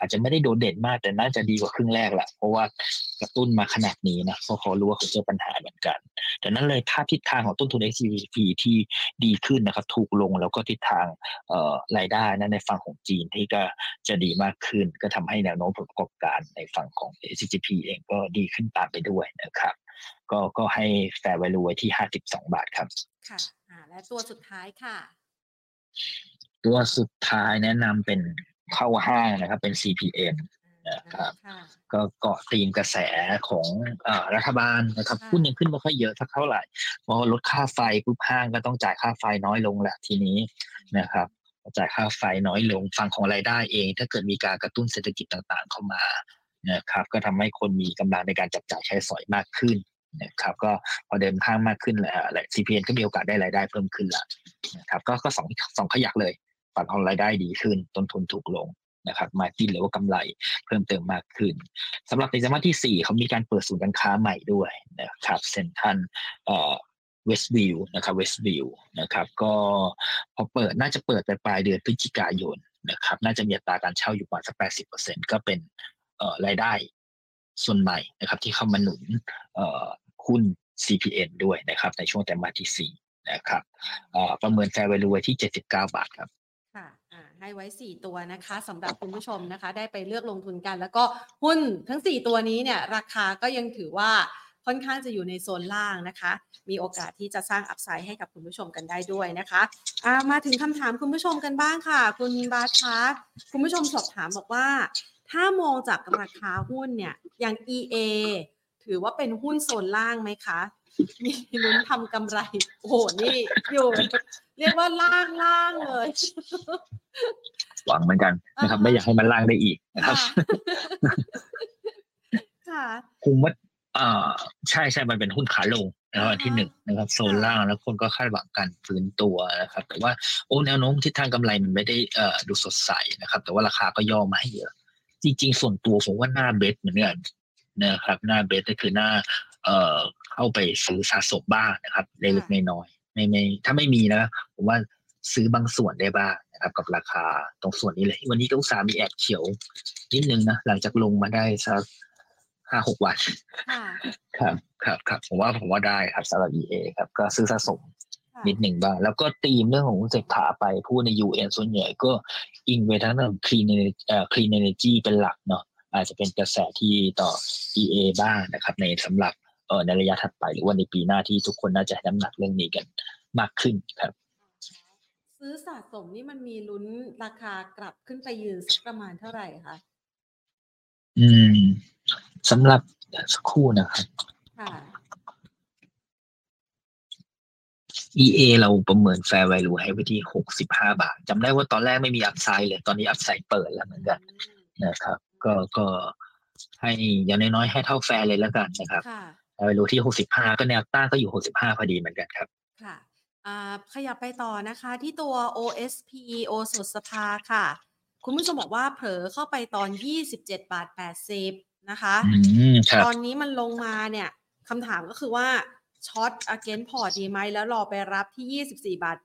อาจจะไม่ได้โดดเด่นมากแต่น่าจะดีกว่าครึ่งแรกแหละเพราะว่ากระตุ้นมาขนาดนี้นะเพราะเขารู้ว่าเขาเจอปัญหาเหมือนกันดังนั้นเลยถ้าทิศทางของต้นทุน XGP ที่ดีขึ้นนะครับถูกลงแล้วก็ทิศทางรายได้นะในฝั่งของจีนที่ก็จะดีมากขึ้นก็ทำให้แนวโน้มผลประกอบการในฝั่งของ XGP เองก็ดีขึ้นตามไปด้วยนะครับก็ให้ fair value ไว้ที่52 บาทครับค่ะและตัวสุดท้ายค่ะตัวสุดท้ายแนะนำเป็นเข้าห้างนะครับเป็น CPN นะครับก็เกาะธีมกระแสของรัฐบาลนะครับหุ้นยังขึ้นไม่ค่อยเยอะสักเท่าไหร่เพราะลดค่าไฟปุ๊บห้างก็ต้องจ่ายค่าไฟน้อยลงแหละทีนี้นะครับจ่ายค่าไฟน้อยลงฝั่งของรายได้เองถ้าเกิดมีการกระตุ้นเศรษฐกิจต่างๆเข้ามานะครับก็ทำให้คนมีกำลังในการจับจ่ายใช้สอยมากขึ้นนะครับก็พอเดินห้างมากขึ้นแล้วCPN ก็มีโอกาสได้รายได้เพิ่มขึ้นละนะครับก็สองขยักเลยฝั่งของรายได้ดีขึ้นต้นทุนถูกลงนะครับมาจิ้นหรือว่ากำไรเพิ่มเติมมากขึ้นสำหรับในไตรมาสที่4เขามีการเปิดศูนย์การค้าใหม่ด้วยนะครับเซ็นทรัลเวสต์วิวนะครับเวสต์วิวนะครับก็พอเปิดน่าจะเปิดไปปลายเดือนพฤศจิกายนนะครับน่าจะมีอัตราการเช่าอยู่ประมาณสัก 80% ก็เป็นรายได้ส่วนใหม่นะครับที่เข้ามาหนุนหุ้น CPN ด้วยนะครับในช่วงไตรมาสที่4นะครับประเมิน fair value ไว้ที่79 บาทครับค่ะให้ไว้4ตัวนะคะสำหรับคุณผู้ชมนะคะได้ไปเลือกลงทุนกันแล้วก็หุ้นทั้ง4ตัวนี้เนี่ยราคาก็ยังถือว่าค่อนข้างจะอยู่ในโซนล่างนะคะมีโอกาสที่จะสร้างอัพไซด์ให้กับคุณผู้ชมกันได้ด้วยนะคะมาถึงคำถามคุณผู้ชมกันบ้างค่ะคุณบาสคะคุณผู้ชมสอบถามบอกว่าถ้ามองจากราคาหุ้นเนี่ยอย่าง EA ถือว่าเป็นหุ้นโซนล่างไหมคะมีลุ้นทำกำไรโอ้โหนี่อยู่เรียกว่าล่างเลยหวังเหมือนกันนะครับไม่อยากให้มันล่างได้อีกนะครับค่ะคุมว่าใช่มันเป็นหุ้นขาลงนะครับที่1นะครับโซนล่างแล้วคนก็คาดหวังการฟื้นตัวนะครับแต่ว่าแนวโน้มทิศทางกำไรมันไม่ได้ดูสดใสนะครับแต่ว่าราคาก็ย่อมาให้เยอะจริงๆส่วนตัวผมว่าหน้าเบสเหมือนกันนะครับหน้าเบสก็คือหน้าเข้าไปซื้อสะสมบ้างนะครับเล็กๆน้อยๆไม่ถ้าไม่มีนะผมว่าซื้อบางส่วนได้บ้างนะครับกับราคาตรงส่วนนี้เลยวันนี้ก็อุตส่าห์มีแอบเขียวนิดนึงนะหลังจากลงมาได้สัก5-6 วันครับผมว่าได้ครับสำหรับ EA ครับก็ซื้อสะสมนิดหนึ่งบ้างแล้วก็ธีมเรื่องของเศรษฐาไปพูดใน UN ส่วนใหญ่ก็อิงไปทางด้าน clean energy เป็นหลักเนาะอาจจะเป็นกระแสที่ต่อ EA บ้างนะครับในสำหรับในระยะถัดไปหรือว่าในปีหน้าที่ทุกคนน่าจะให้น้ำหนักเรื่องนี้กันมากขึ้นครับซื้อสะสมนี่มันมีลุ้นราคากลับขึ้นไปยืนสักประมาณเท่าไหร่คะสำหรับสักครู่นะครับEA เราประเมิน fair value ให้ไว้ที่65 บาทจำได้ว่าตอนแรกไม่มีอัพไซด์เลยตอนนี้อัพไซด์เปิดแล้วเหมือนกันนะครับก็ให้อย่างน้อยๆให้เท่าแฟร์เลยแล้วกันนะครับ fair value ที่65ก็แนวต้านก็อยู่65พอดีเหมือนกันครับค่ะขยับไปต่อนะคะที่ตัว OSP โอสถสภาค่ะคุณผู้ชมบอกว่าเผลอเข้าไปตอน27.80 บาทนะคะตอนนี้มันลงมาเนี่ยคำถามก็คือว่าช็อต against port ดีไหมแล้วรอไปรับที่24.80 บาท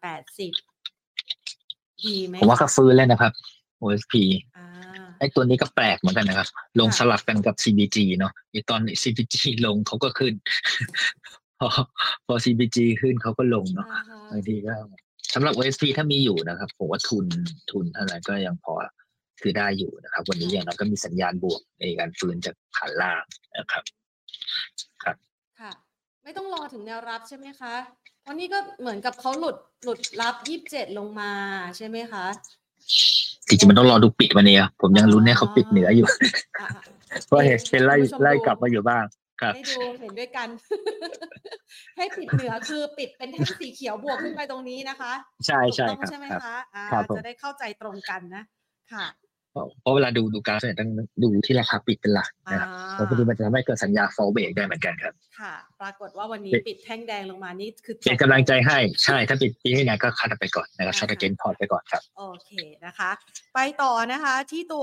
ดีไหมผมว่าก็ฟื้นแล้วนะครับ OSP ไอ้ตัวนี้ก็แปลกเหมือนกันนะครับลงสลับกันกับ CBG เนาะตอน CBG ลงเขาก็ขึ้นพอ CBG ขึ้นเขาก็ลงเนาะบางทีก็สำหรับ OSP ถ้ามีอยู่นะครับผมว่าทุนเท่านั้นก็ยังพอคือได้อยู่นะครับวันนี้อย่างน้อยก็มีสัญญาณบวกในการฟื้นจากฐานล่างนะครับครับค่ะไม่ต้องรอถึงแนวรับใช่ไหมคะวันนี้ก็เหมือนกับเขาหลุดรับ27ลงมาใช่ไหมคะจริงๆมันต้องรอดูปิดวันนี้ผมยังลุ้นให้เขาปิดเหนืออยู่เพราะเห็นไล่กลับมาอยู่บ้างครับให้ดูเห็นด้วยกันให้ปิดเหนือคือปิดเป็นแท่งสีเขียวบวกขึ้นไปตรงนี้นะคะใช่ครับใช่ไหมคะจะได้เข้าใจตรงกันนะค่ะเพราะเวลาดูกราฟเนี่ยต้องดูที่ราคาปิดเป็นหลักนะครับเพราะพอดีมันจะทำให้เกิดสัญญา fall break ได้เหมือนกันครับค่ะปรากฏว่าวันนี้ปิดแท่งแดงลงมานี่คือเป็นกำลังใจให้ใช่ถ้าปิดที่ไหนก็คัดไปก่อนนะครับช็อตเกนพอร์ตไปก่อนครับโอเคนะคะไปต่อนะคะที่ตัว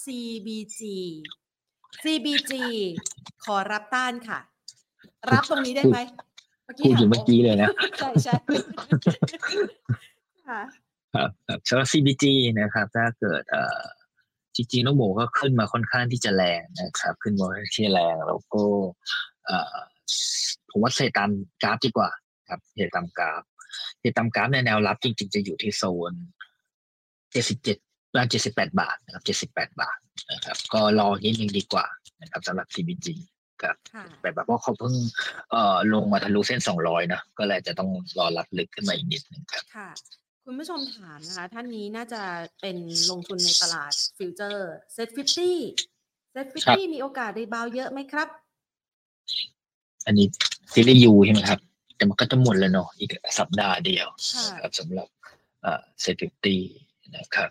CBG ขอรับต้านค่ะรับตรงนี้ได้ไหมพูดอยู่เมื่อกี้เลยนะใช่ค่ะครับสำหรับ CBG นะครับถ้าเกิดจริงๆน้องโบก็ขึ้นมาค่อนข้างที่จะแรงนะครับขึ้นมาที่แรงแล้วก็เอ่อผมว่าเทรดตามกราฟดีกว่าครับเทรดตามกราฟในแนวรับจริงๆจะอยู่ที่โซน7778 บาทนะครับ78 บาทนะครับก็รอนิดนึงดีกว่านะครับสำหรับ CBG ครับแบบว่าเขาเพิ่งลงมาทะลุเส้น200นะก็เลยจะต้องรอรับลึกขึ้นมาอีกนิดนึงครับค่ะคุณผู้ชมถามนะคะท่านนี้น่าจะเป็นลงทุนในตลาดฟิวเจอร์เซ็ต50มีโอกาสรีบาวเยอะไหมครับอันนี้ซีรีส์ยูใช่ไหมครับแต่มันก็จะหมดแล้วเนาะอีกสัปดาห์เดียวนะครับสำหรับเซฟตี้นะครับ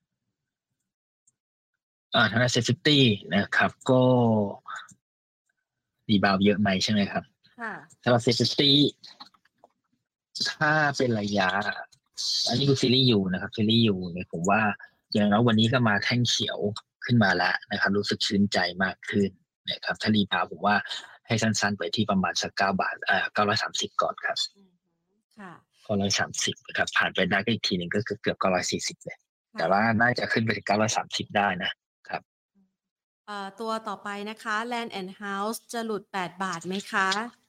ทางด้านเซฟตี้นะครับก็รีบาวเยอะไหมใช่ไหมครับสำหรับเซฟตี้ถ้าเป็นระยะอันนี้คือซีรีส์ยูนะครับซีรีส์ยูเนี่ยผมว่าอย่างน้อยวันนี้ก็มาแท่งเขียวขึ้นมาแล้วนะครับรู้สึกชื่นใจมากขึ้นนะครับถ้ารีบาวผมว่าให้สั้นๆไปที่ประมาณสัก9 บาท930ก่อนครับ930นะครับผ่านไปได้ก็อีกทีหนึ่งก็เกือบ940เลยแต่ว่าน่าจะขึ้นไปถึง930ได้นะครับตัวต่อไปนะคะ Land and House จะหลุด8 บาทไหมคะ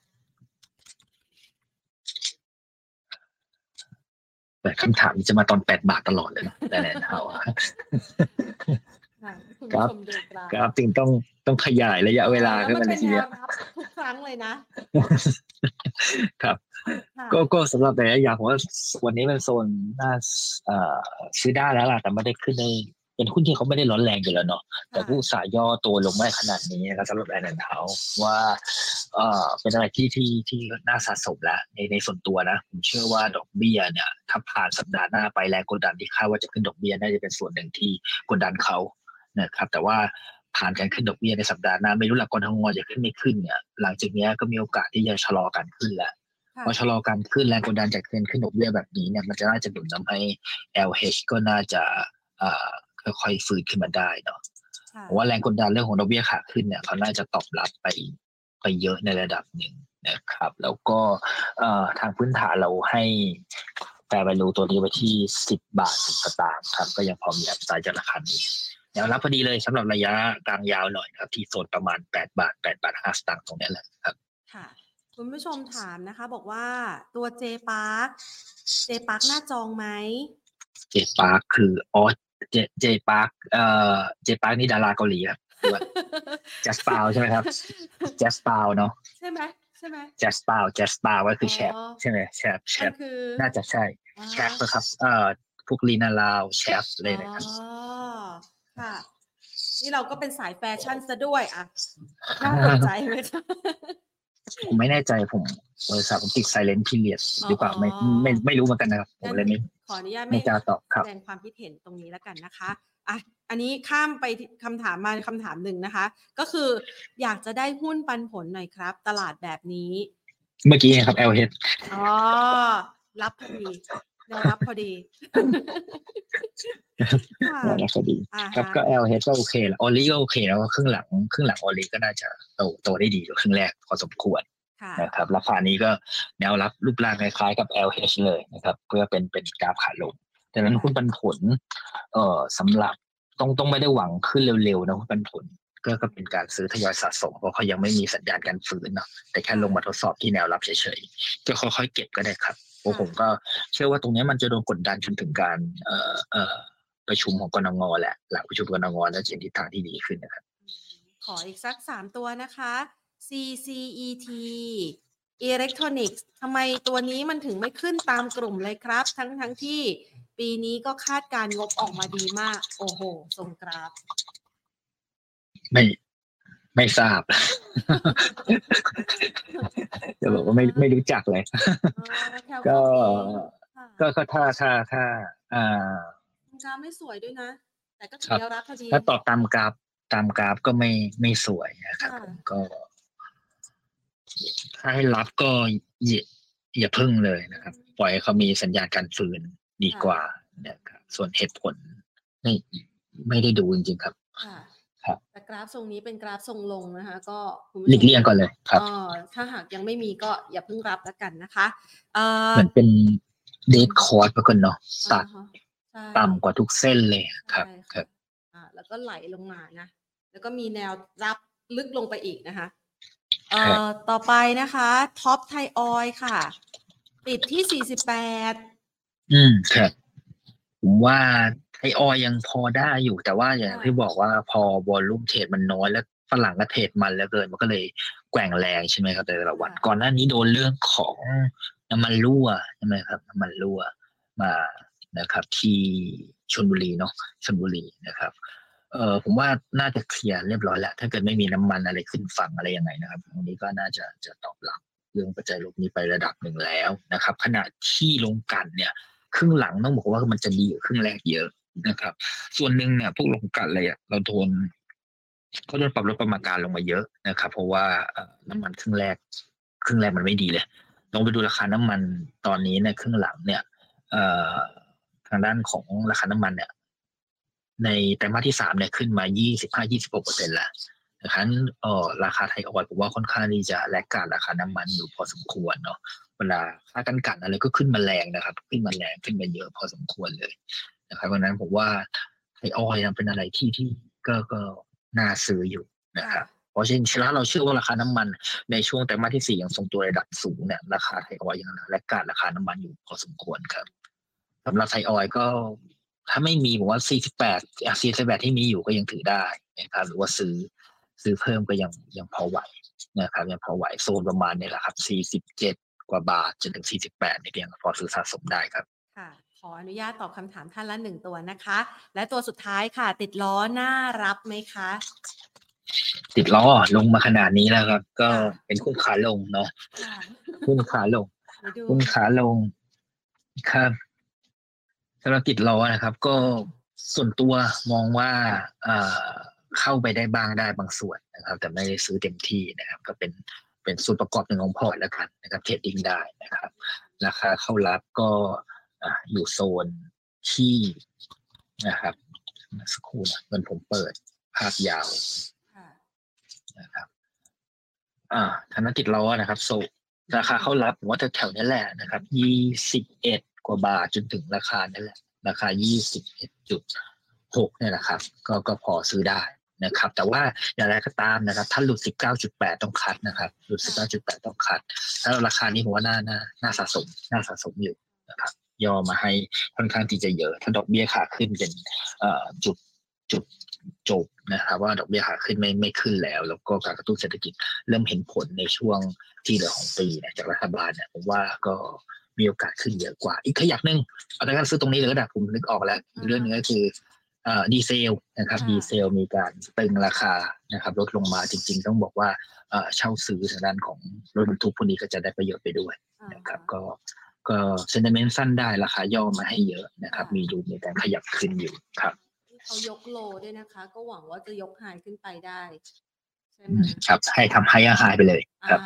แต่คำถามนี้จะมาตอน8 บาทตลอดเลยนะแต่แนนเฮาครับจริงต้องขยายระยะเวลาขึ้นมาเลยทีเดียวทุกครั้งเลยนะครับก็สำหรับระยะยาวผมว่าวันนี้เป็นโซนน่าซื้อได้แล้วล่ะแต่ไม่ได้ขึ้นในเป็นหุ้นที่เขาไม่ได้ร้อนแรงอยู่แล้วเนาะแต่ผู้สายย่อตัวลงไม่ขนาดนี้นะครับสำหรับแอนด์เฮาว่าเป็นอะไรที่น่าสะสมแล้วในส่วนตัวนะผมเชื่อว่าดอกเบี้ยเนี่ยถ้าผ่านสัปดาห์หน้าไปแรงกดดันที่คาดว่าจะขึ้นดอกเบี้ยน่าจะเป็นส่วนหนึ่งที่กดดันเขานะครับแต่ว่าผ่านการขึ้นดอกเบี้ยในสัปดาห์หน้าไม่รู้หลักกทงจะขึ้นไม่ขึ้นเนี่ยหลังจากนี้ก็มีโอกาสที่จะชะลอการขึ้นแล้วพอชะลอการขึ้นแรงกดดันจากการขึ้นดอกเบี้ยแบบนี้เนี่ยมันจะน่าจะหนุนทำให้ LH ก็น่าจะค่อยๆฟื้นขึ้นมาได้เนาะเพราะว่าแรงกดดันเรื่องของดอกเบี้ยขาขึ้นเนี่ยเขาน่าจะตอบรับไปเยอะในระดับหนึ่งนะครับแล้วก็ทางพื้นฐานเราให้แฟร์ value ตัวนี้ไว้ที่10 บาท 10 สตางค์ครับก็ยังพอมีอัพไซด์จากราคานี้แนวรับพอดีเลยสำหรับระยะกลางยาวหน่อยครับที่โซนประมาณ8 บาท 5 สตางค์ตรงนี้แหละครับค่ะคุณผู้ชมถามนะคะบอกว่าตัว J Park น่าจองไหม J Park คือJ Park J Park นี่ดาราเกาหลีครับแจสปาวใช่ไหมครับแจสปาวเนาะใช่ไหมแจสปาวก็คือแชปใช่ไหมแชปน่าจะใช่แชปนะครับพวกลีนาลาวแชปเลยนะครับค่ะนี่เราก็เป็นสายแฟชั่นซะด้วยอ่ะน่าสนใจไหมจ๊ะผมไม่แน่ใจผมบริษัทผมติดไซเลนต์พีเรียดหรือเปล่าไม่รู้เหมือนกันนะครับผมเลยขออนุญาตไม่จะตอบครับแสดงความคิดเห็นตรงนี้แล้วกันนะคะอ่ะอันนี้ข้ามไปคำถามมาคำถามหนึ่งนะคะก็คืออยากจะได้หุ้นปันผลหน่อยครับตลาดแบบนี้เมื่อกี้ครับ LH รับพอดีรับพอดีรับพอดีครับก็ LH ก็โอเคแล้วออลลี่ก็โอเคแล้วครึ่งหลังออลลี่ก็น่าจะโตได้ดีกว่าครึ่งแรกพอสมควรนะครับราคานี้ก็แนวรับรูปร่างคล้ายๆกับ LH เลยนะครับเพื่อเป็นกราฟขาลงดังนั้นหุ้นปันผลสำหรับต้องไม่ได้หวังขึ้นเร็วๆนะหุ้นปันผลก็เป็นการซื้อทยอยสะสมเพราะเขายังไม่มีสัญญาณการฟื้นเนาะแต่แค่ลงมาทดสอบที่แนวรับเฉยๆก็ค่อยๆเก็บก็ได้ครับผมก็เชื่อว่าตรงนี้มันจะโดนกดดันจนถึงการประชุมของกนง.แหละหลังประชุมกนง.แล้วจะเห็นทิศทางที่ดีขึ้นนะครับขออีกสัก3ตัวนะคะ CCET Electronics ทำไมตัวนี้มันถึงไม่ขึ้นตามกลุ่มเลยครับทั้งที่ปีนี้ก็คาดการงบออกมาดีมากโอ้โหทรงกราฟไม่ทราบจะบอกว่าไม่รู้จักเลยก็ถ้ากราฟไม่สวยด้วยนะแต่ก็ถือรับพอดีถ้าตอบตามกราฟก็ไม่สวยนะครับก็ถ้าให้รับก็อย่าพึ่งเลยนะครับปล่อยเขามีสัญญาณการฟื้นดีกว่านะครับส่วนเหตุผลไม่ได้ดูจริงๆครับแต่กราฟทรงนี้เป็นกราฟทรงลงนะคะก็หลีกเลี่ยงก่อนเลยครับถ้าหากยังไม่มีก็อย่าเพิ่งรับแล้วกันนะคะเหมือนเป็นเดทคอร์สไปก่อนเนาะตัดต่ำกว่าทุกเส้นเลยครับแล้วก็ไหลลงมานะแล้วก็มีแนวรับลึกลงไปอีกนะคะต่อไปนะคะท็อปไทยออยล์ค่ะปิดที่48 ครับผมว่าไทยออยยังพอได้อยู่แต่ว่าอย่างที่บอกว่าพอวอลลุ่มเทรดมันน้อยแล้วฝรั่งก็เทรดมันแล้วเกินมันก็เลยแกว่งแรงใช่ไหมครับแต่ละวันก่อนหน้านี้โดนเรื่องของน้ำมันรั่วใช่ไหมครับน้ำมันรั่วมานะครับที่ชลบุรีเนาะชลบุรีนะครับผมว่าน่าจะเคลียร์เรียบร้อยแล้วถ้าเกิดไม่มีน้ำมันอะไรขึ้นฝั่งอะไรยังไงนะครับตรงนี้ก็น่าจะตอบรับเรื่องปัจจัยลบนี้ไประดับหนึ่งแล้วนะครับขณะที่ลงกลั่นเนี่ยครึ่งหลังต้องบอกว่ามันจะดีกว่าครึ่งแรกเยอะนะครับส่วนหนึ่งเนี่ยพวกลงกลั่นเลยเราโดนปรับลดประมาณการลงมาเยอะนะครับเพราะว่าน้ำมันครึ่งแรกมันไม่ดีเลยลองไปดูราคาน้ำมันตอนนี้ในครึ่งหลังเนี่ยทางด้านของราคาน้ำมันเนี่ยในไตรมาสที่3เนี่ยขึ้นมา 25-26% แล้วดังนั้นราคาไทยออยล์ผมว่าค่อนข้างที่จะแลกขาดราคาน้ำมันอยู่พอสมควรเนาะเวลาค่ากันอะไรก็ขึ้นมาแรงนะครับขึ้นมาแรงขึ้นมาเยอะพอสมควรเลยนะครับเพราะนั้นผมว่าไทยออยล์ยังเป็นอะไรที่ก็น่าซื้ออยู่นะครับเพราะฉะนั้นเราเชื่อว่าราคาน้ำมันในช่วงไตรมาสที่4ยังทรงตัวระดับสูงเนี่ยราคาไทยออยล์ยังแลกขาดราคาน้ำมันอยู่พอสมควรครับสำหรับไทยออยล์ก็ถ้าไม่มีผมว่า48ที่มีอยู่ก็ยังถือได้นะครับหรือว่าซื้อเพิ่มก็ยังพอไหวนะครับยังพอไหวโซนประมาณนี้แหละครับ47กว่าบาทจนถึง48นี่ยังพอซื้อสะสมได้ครับค่ะขออนุญาตตอบคำถามท่านละ1ตัวนะคะและตัวสุดท้ายค่ะติดล้อน่ารับไหมคะติดล้อลงมาขนาดนี้แล้วครับก็เป็นหุ้นขาลงเนาะหุ้นขาลงครับสำหรับติดล้อนะครับก็ส่วนตัวมองว่าเข้าไปได้บ้างได้บางส่วนนะครับแต่ไม่ได้ซื้อเต็มที่นะครับก็เป็นส่วนประกอบหนึ่งของพอร์ตแล้วกันนะครับเทรดดิ้งได้นะครับราคาเข้ารับก็อยู่โซนที่นะครับสักครู่นะเงินผมเปิดภาพยาวนะครับธนกิจล้อนะครับโซราคาเข้ารับผมว่าแถวๆนี้แหละนะครับ21กว่าบาทจนถึงราคานี่แหละราคา21.6เนี่ยนะครับก็พอซื้อได้นะครับแต่ว่าอย่างไรก็ตามนะครับถ้าหลุด19.8ต้องคัดนะครับหลุด19.8ต้องคัดแล้วราคานี้ผมว่าน่าสะสมอยู่นะครับย่อมาให้ค่อนข้างที่จะเยอะถ้าดอกเบี้ยขาขึ้นเป็นจุดจบนะครับว่าดอกเบี้ยขาขึ้นไม่ขึ้นแล้วก็การกระตุ้นเศรษฐกิจเริ่มเห็นผลในช่วงที่เหลือของปีนะจากรัฐบาลเนี่ยผมว่าก็มีโอกาสขึ้นเยอะกว่าอีกขยักหนึ่งเอาแต่การซื้อตรงนี้เลยก็ได้ผมนึกออกแล้วเรื่องนึงก็คือดีเซลนะครับดีเซลมีการตึงราคานะครับลดลงมาจริงๆต้องบอกว่าเช่าซื้อทางด้านของรถบรรทุกพวกนี้ก็จะได้ประโยชน์ไปด้วยนะครับก็เซนติเมนต์สั้นได้ราคาย่อมาให้เยอะนะครับมีการขยับขึ้นอยู่ครับเขายกโลด้วยนะคะก็หวังว่าจะยกไฮขึ้นไปได้ใช่ไหมครับให้ทำไฮไฮไปเลยครับ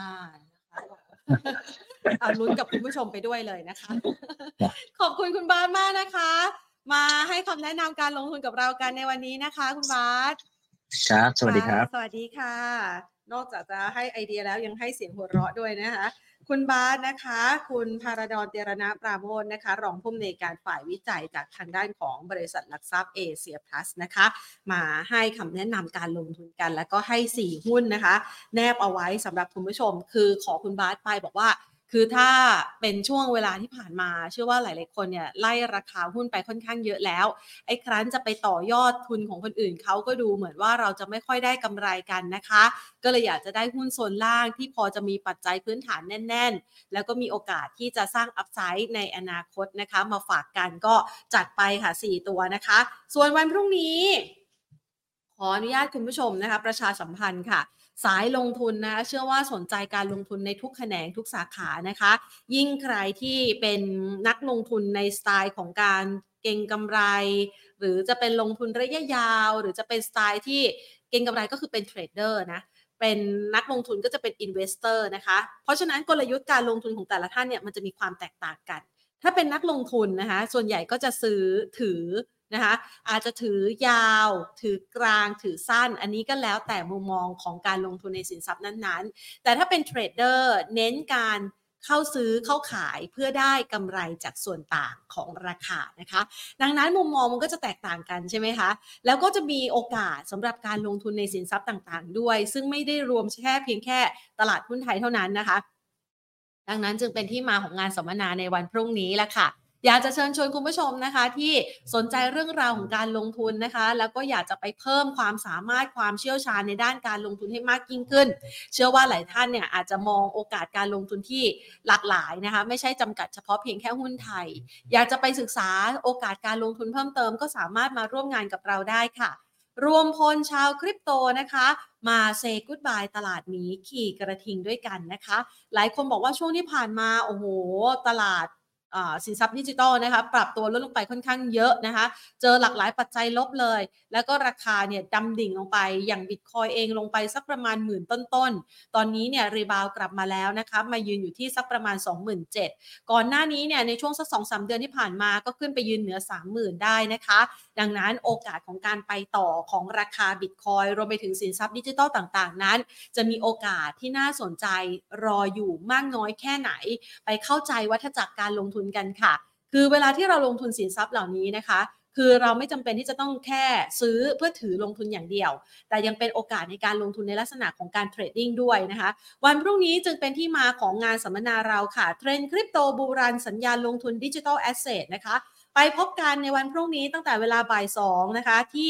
ลุ้นกับคุณผู้ชมไปด้วยเลยนะคะขอบคุณคุณบาสมากนะคะมาให้คำแนะนำการลงทุนกับเรากันในวันนี้นะคะคุณบาสครับสวัสดีครับสวัสดีค่ะนอกจากจะให้ไอเดียแล้วยังให้เสียงหัวเราะด้วยนะคะคุณบาสนะคะคุณภารดรเจรณปราโมชนะคะรองผู้อำนวยการฝ่ายวิจัยจากทางด้านของบริษัทหลักทรัพย์เอเชียพลัสนะคะมาให้คำแนะนำการลงทุนกันแล้วก็ให้4หุ้นนะคะแนบเอาไว้สำหรับคุณผู้ชมคือขอคุณบาสไปบอกว่าคือถ้าเป็นช่วงเวลาที่ผ่านมาเชื่อว่าหลายๆคนเนี่ยไล่ราคาหุ้นไปค่อนข้างเยอะแล้วไอ้ครั้นจะไปต่อยอดทุนของคนอื่นเขาก็ดูเหมือนว่าเราจะไม่ค่อยได้กำไรกันนะคะก็เลยอยากจะได้หุ้นโซนล่างที่พอจะมีปัจจัยพื้นฐานแน่นๆแล้วก็มีโอกาสที่จะสร้างอัพไซด์ในอนาคตนะคะมาฝากกันก็จัดไปค่ะ4ตัวนะคะส่วนวันพรุ่งนี้ขออนุญาตคุณผู้ชมนะคะประชาสัมพันธ์ค่ะสายลงทุนนะเชื่อว่าสนใจการลงทุนในทุกแขนงทุกสาขานะคะยิ่งใครที่เป็นนักลงทุนในสไตล์ของการเก็งกำไรหรือจะเป็นลงทุนระยะยาวหรือจะเป็นสไตล์ที่เก็งกำไรก็คือเป็นเทรดเดอร์นะเป็นนักลงทุนก็จะเป็นอินเวสเตอร์นะคะเพราะฉะนั้นกลยุทธ์การลงทุนของแต่ละท่านเนี่ยมันจะมีความแตกต่างกันถ้าเป็นนักลงทุนนะคะส่วนใหญ่ก็จะถือนะคะอาจจะถือยาวถือกลางถือสั้นอันนี้ก็แล้วแต่มุมมองของการลงทุนในสินทรัพย์นั้นๆแต่ถ้าเป็นเทรดเดอร์เน้นการเข้าซื้อเข้าขายเพื่อได้กำไรจากส่วนต่างของราคานะคะดังนั้นมุมมองมันก็จะแตกต่างกันใช่ไหมคะแล้วก็จะมีโอกาสสำหรับการลงทุนในสินทรัพย์ต่างๆด้วยซึ่งไม่ได้รวมแค่เพียงแค่ตลาดหุ้นไทยเท่านั้นนะคะดังนั้นจึงเป็นที่มาของงานสัมมนาในวันพรุ่งนี้แหละค่ะอยากจะเชิญชวนคุณผู้ชมนะคะที่สนใจเรื่องราวของการลงทุนนะคะแล้วก็อยากจะไปเพิ่มความสามารถความเชี่ยวชาญในด้านการลงทุนให้มากยิ่งขึ้นเชื่อว่าหลายท่านเนี่ยอาจจะมองโอกาสการลงทุนที่หลากหลายนะคะไม่ใช่จำกัดเฉพาะเพียงแค่หุ้นไทยอยากจะไปศึกษาโอกาสการลงทุนเพิ่มเติมก็สามารถมาร่วมงานกับเราได้ค่ะรวมพลชาวคริปโตนะคะมาเซย์กู๊ดบายตลาดหมีขี่กระทิงด้วยกันนะคะหลายคนบอกว่าช่วงที่ผ่านมาโอ้โหตลาดสินทรัพย์ดิจิทัลนะคะปรับตัวลดลงไปค่อนข้างเยอะนะคะเจอหลากหลายปัจจัยลบเลยแล้วก็ราคาเนี่ยดำดิ่งลงไปอย่างบิตคอยเองลงไปสักประมาณหมื่นต้นๆตอนนี้เนี่ยรีบาวกลับมาแล้วนะคะมายืนอยู่ที่สักประมาณ 27,000 ก่อนหน้านี้เนี่ยในช่วงสัก 2-3 เดือนที่ผ่านมาก็ขึ้นไปยืนเหนือ 30,000 ได้นะคะดังนั้นโอกาสของการไปต่อของราคาบิตคอยรวมไปถึงสินทรัพย์ดิจิทัลต่างๆนั้นจะมีโอกาสที่น่าสนใจรออยู่มากน้อยแค่ไหนไปเข้าใจวัฏจักรการลงทุนกันค่ะคือเวลาที่เราลงทุนสินทรัพย์เหล่านี้นะคะคือเราไม่จำเป็นที่จะต้องแค่ซื้อเพื่อถือลงทุนอย่างเดียวแต่ยังเป็นโอกาสในการลงทุนในลักษณะของการเทรดดิ้งด้วยนะคะวันพรุ่งนี้จึงเป็นที่มาของงานสัมมนาเราค่ะเทรนด์คริปโตบูรันสัญญาณลงทุนดิจิทัลแอสเซทนะคะไปพบกันในวันพรุ่งนี้ตั้งแต่เวลาบ่าย2นะคะที่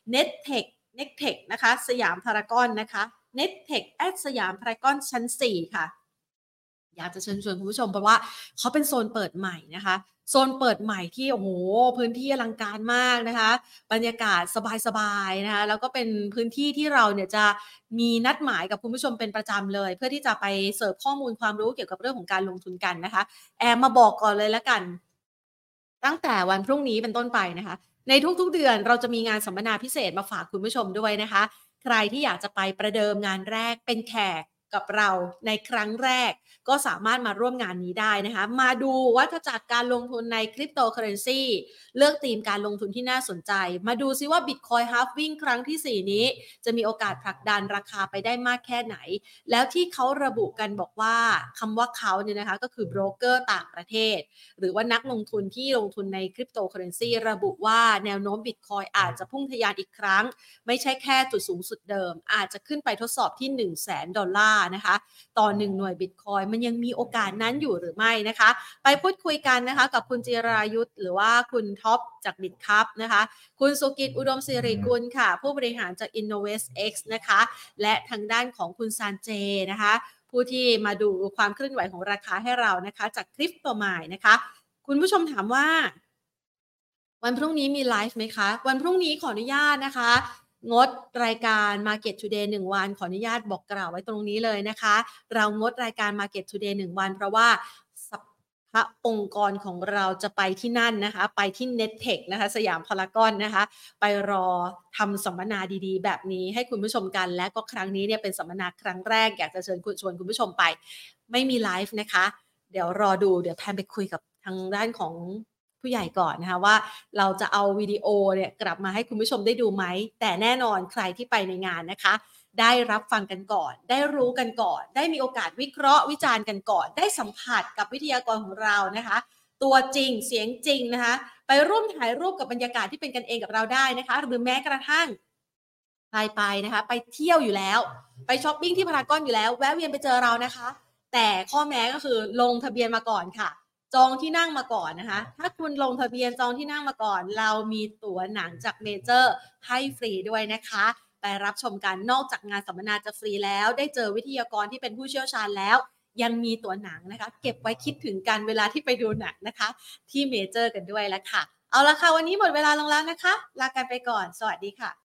Nettech นะคะสยามพารากอนนะคะ Nettech สยามพารากอนชั้น4ค่ะอยากจะเชิญชวนคุณผู้ชมเพราะว่าเขาเป็นโซนเปิดใหม่นะคะโซนเปิดใหม่ที่โอ้โหพื้นที่อลังการมากนะคะบรรยากาศสบายๆนะคะแล้วก็เป็นพื้นที่ที่เราเนี่ยจะมีนัดหมายกับคุณผู้ชมเป็นประจำเลยเพื่อที่จะไปเสิร์ฟข้อมูลความรู้เกี่ยวกับเรื่องของการลงทุนกันนะคะแอมมาบอกก่อนเลยแล้วกันตั้งแต่วันพรุ่งนี้เป็นต้นไปนะคะในทุกๆเดือนเราจะมีงานสัมมนาพิเศษมาฝากคุณผู้ชมด้วยนะคะใครที่อยากจะไปประเดิมงานแรกเป็นแขกกับเราในครั้งแรกก็สามารถมาร่วมงานนี้ได้นะคะมาดูวัฏจักรการลงทุนในคริปโตเคอเรนซีเลือกธีมการลงทุนที่น่าสนใจมาดูซิว่า Bitcoin Halving ครั้งที่4นี้จะมีโอกาสผลักดันราคาไปได้มากแค่ไหนแล้วที่เขาระบุกันบอกว่าคำว่าเขาเนี่ยนะคะก็คือโบรกเกอร์ต่างประเทศหรือว่านักลงทุนที่ลงทุนในคริปโตเคอเรนซีระบุว่าแนวโน้ม Bitcoin อาจจะพุ่งทะยานอีกครั้งไม่ใช่แค่จุดสูงสุดเดิมอาจจะขึ้นไปทดสอบที่ $100,000 นะคะต่อ1หน่วย Bitcoin มันยังมีโอกาสนั้นอยู่หรือไม่นะคะไปพูดคุยกันนะคะกับคุณจิรายุทธหรือว่าคุณท็อปจาก BitCup นะคะคุณสุกิจอุดมศิริกุลค่ะผู้บริหารจาก InnovestX นะคะและทางด้านของคุณซานเจนะคะผู้ที่มาดูความเคลื่อนไหวของราคาให้เรานะคะจากคริปโตมายนะคะคุณผู้ชมถามว่าวันพรุ่งนี้มีไลฟ์ไหมคะวันพรุ่งนี้ขออนุญาตนะคะงดรายการ Market Today 1 วันขออนุญาตบอกกล่าวไว้ตรงนี้เลยนะคะเรางดรายการ Market Today 1 วันเพราะว่าพระองค์กรของเราจะไปที่นั่นนะคะไปที่ Nettech นะคะสยามพารากอนนะคะไปรอทำสัมมนาดีๆแบบนี้ให้คุณผู้ชมกันและก็ครั้งนี้เนี่ยเป็นสัมมนาครั้งแรกอยากจะเชิญชวนคุณผู้ชมไปไม่มีไลฟ์นะคะเดี๋ยวรอดูเดี๋ยวแพนไปคุยกับทางด้านของผู้ใหญ่ก่อนนะคะว่าเราจะเอาวิดีโอเนี่ยกลับมาให้คุณผู้ชมได้ดูไหมแต่แน่นอนใครที่ไปในงานนะคะได้รับฟังกันก่อนได้รู้กันก่อนได้มีโอกาสวิเคราะห์วิจารณ์กันก่อนได้สัมผัสกับวิทยากรของเรานะคะตัวจริงเสียงจริงนะคะไปร่วมถ่ายรูปกับบรรยากาศที่เป็นกันเองกับเราได้นะคะหรือแม้กระทั่งใครไปนะคะไปเที่ยวอยู่แล้วไปช้อปปิ้งที่พารากอนอยู่แล้วแวะเวียนไปเจอเรานะคะแต่ข้อแม้ก็คือลงทะเบียนมาก่อนค่ะจองที่นั่งมาก่อนนะคะถ้าคุณลงทะเบียนจองที่นั่งมาก่อนเรามีตั๋วหนังจากเมเจอร์ให้ฟรีด้วยนะคะไปรับชมกันนอกจากงานสัมมนาจะฟรีแล้วได้เจอวิทยากรที่เป็นผู้เชี่ยวชาญแล้วยังมีตั๋วหนังนะคะเก็บไว้คิดถึงกันเวลาที่ไปดูหนังนะคะที่เมเจอร์กันด้วยแล้วค่ะเอาละค่ะวันนี้หมดเวลาลงแล้วนะคะลากันไปก่อนสวัสดีค่ะ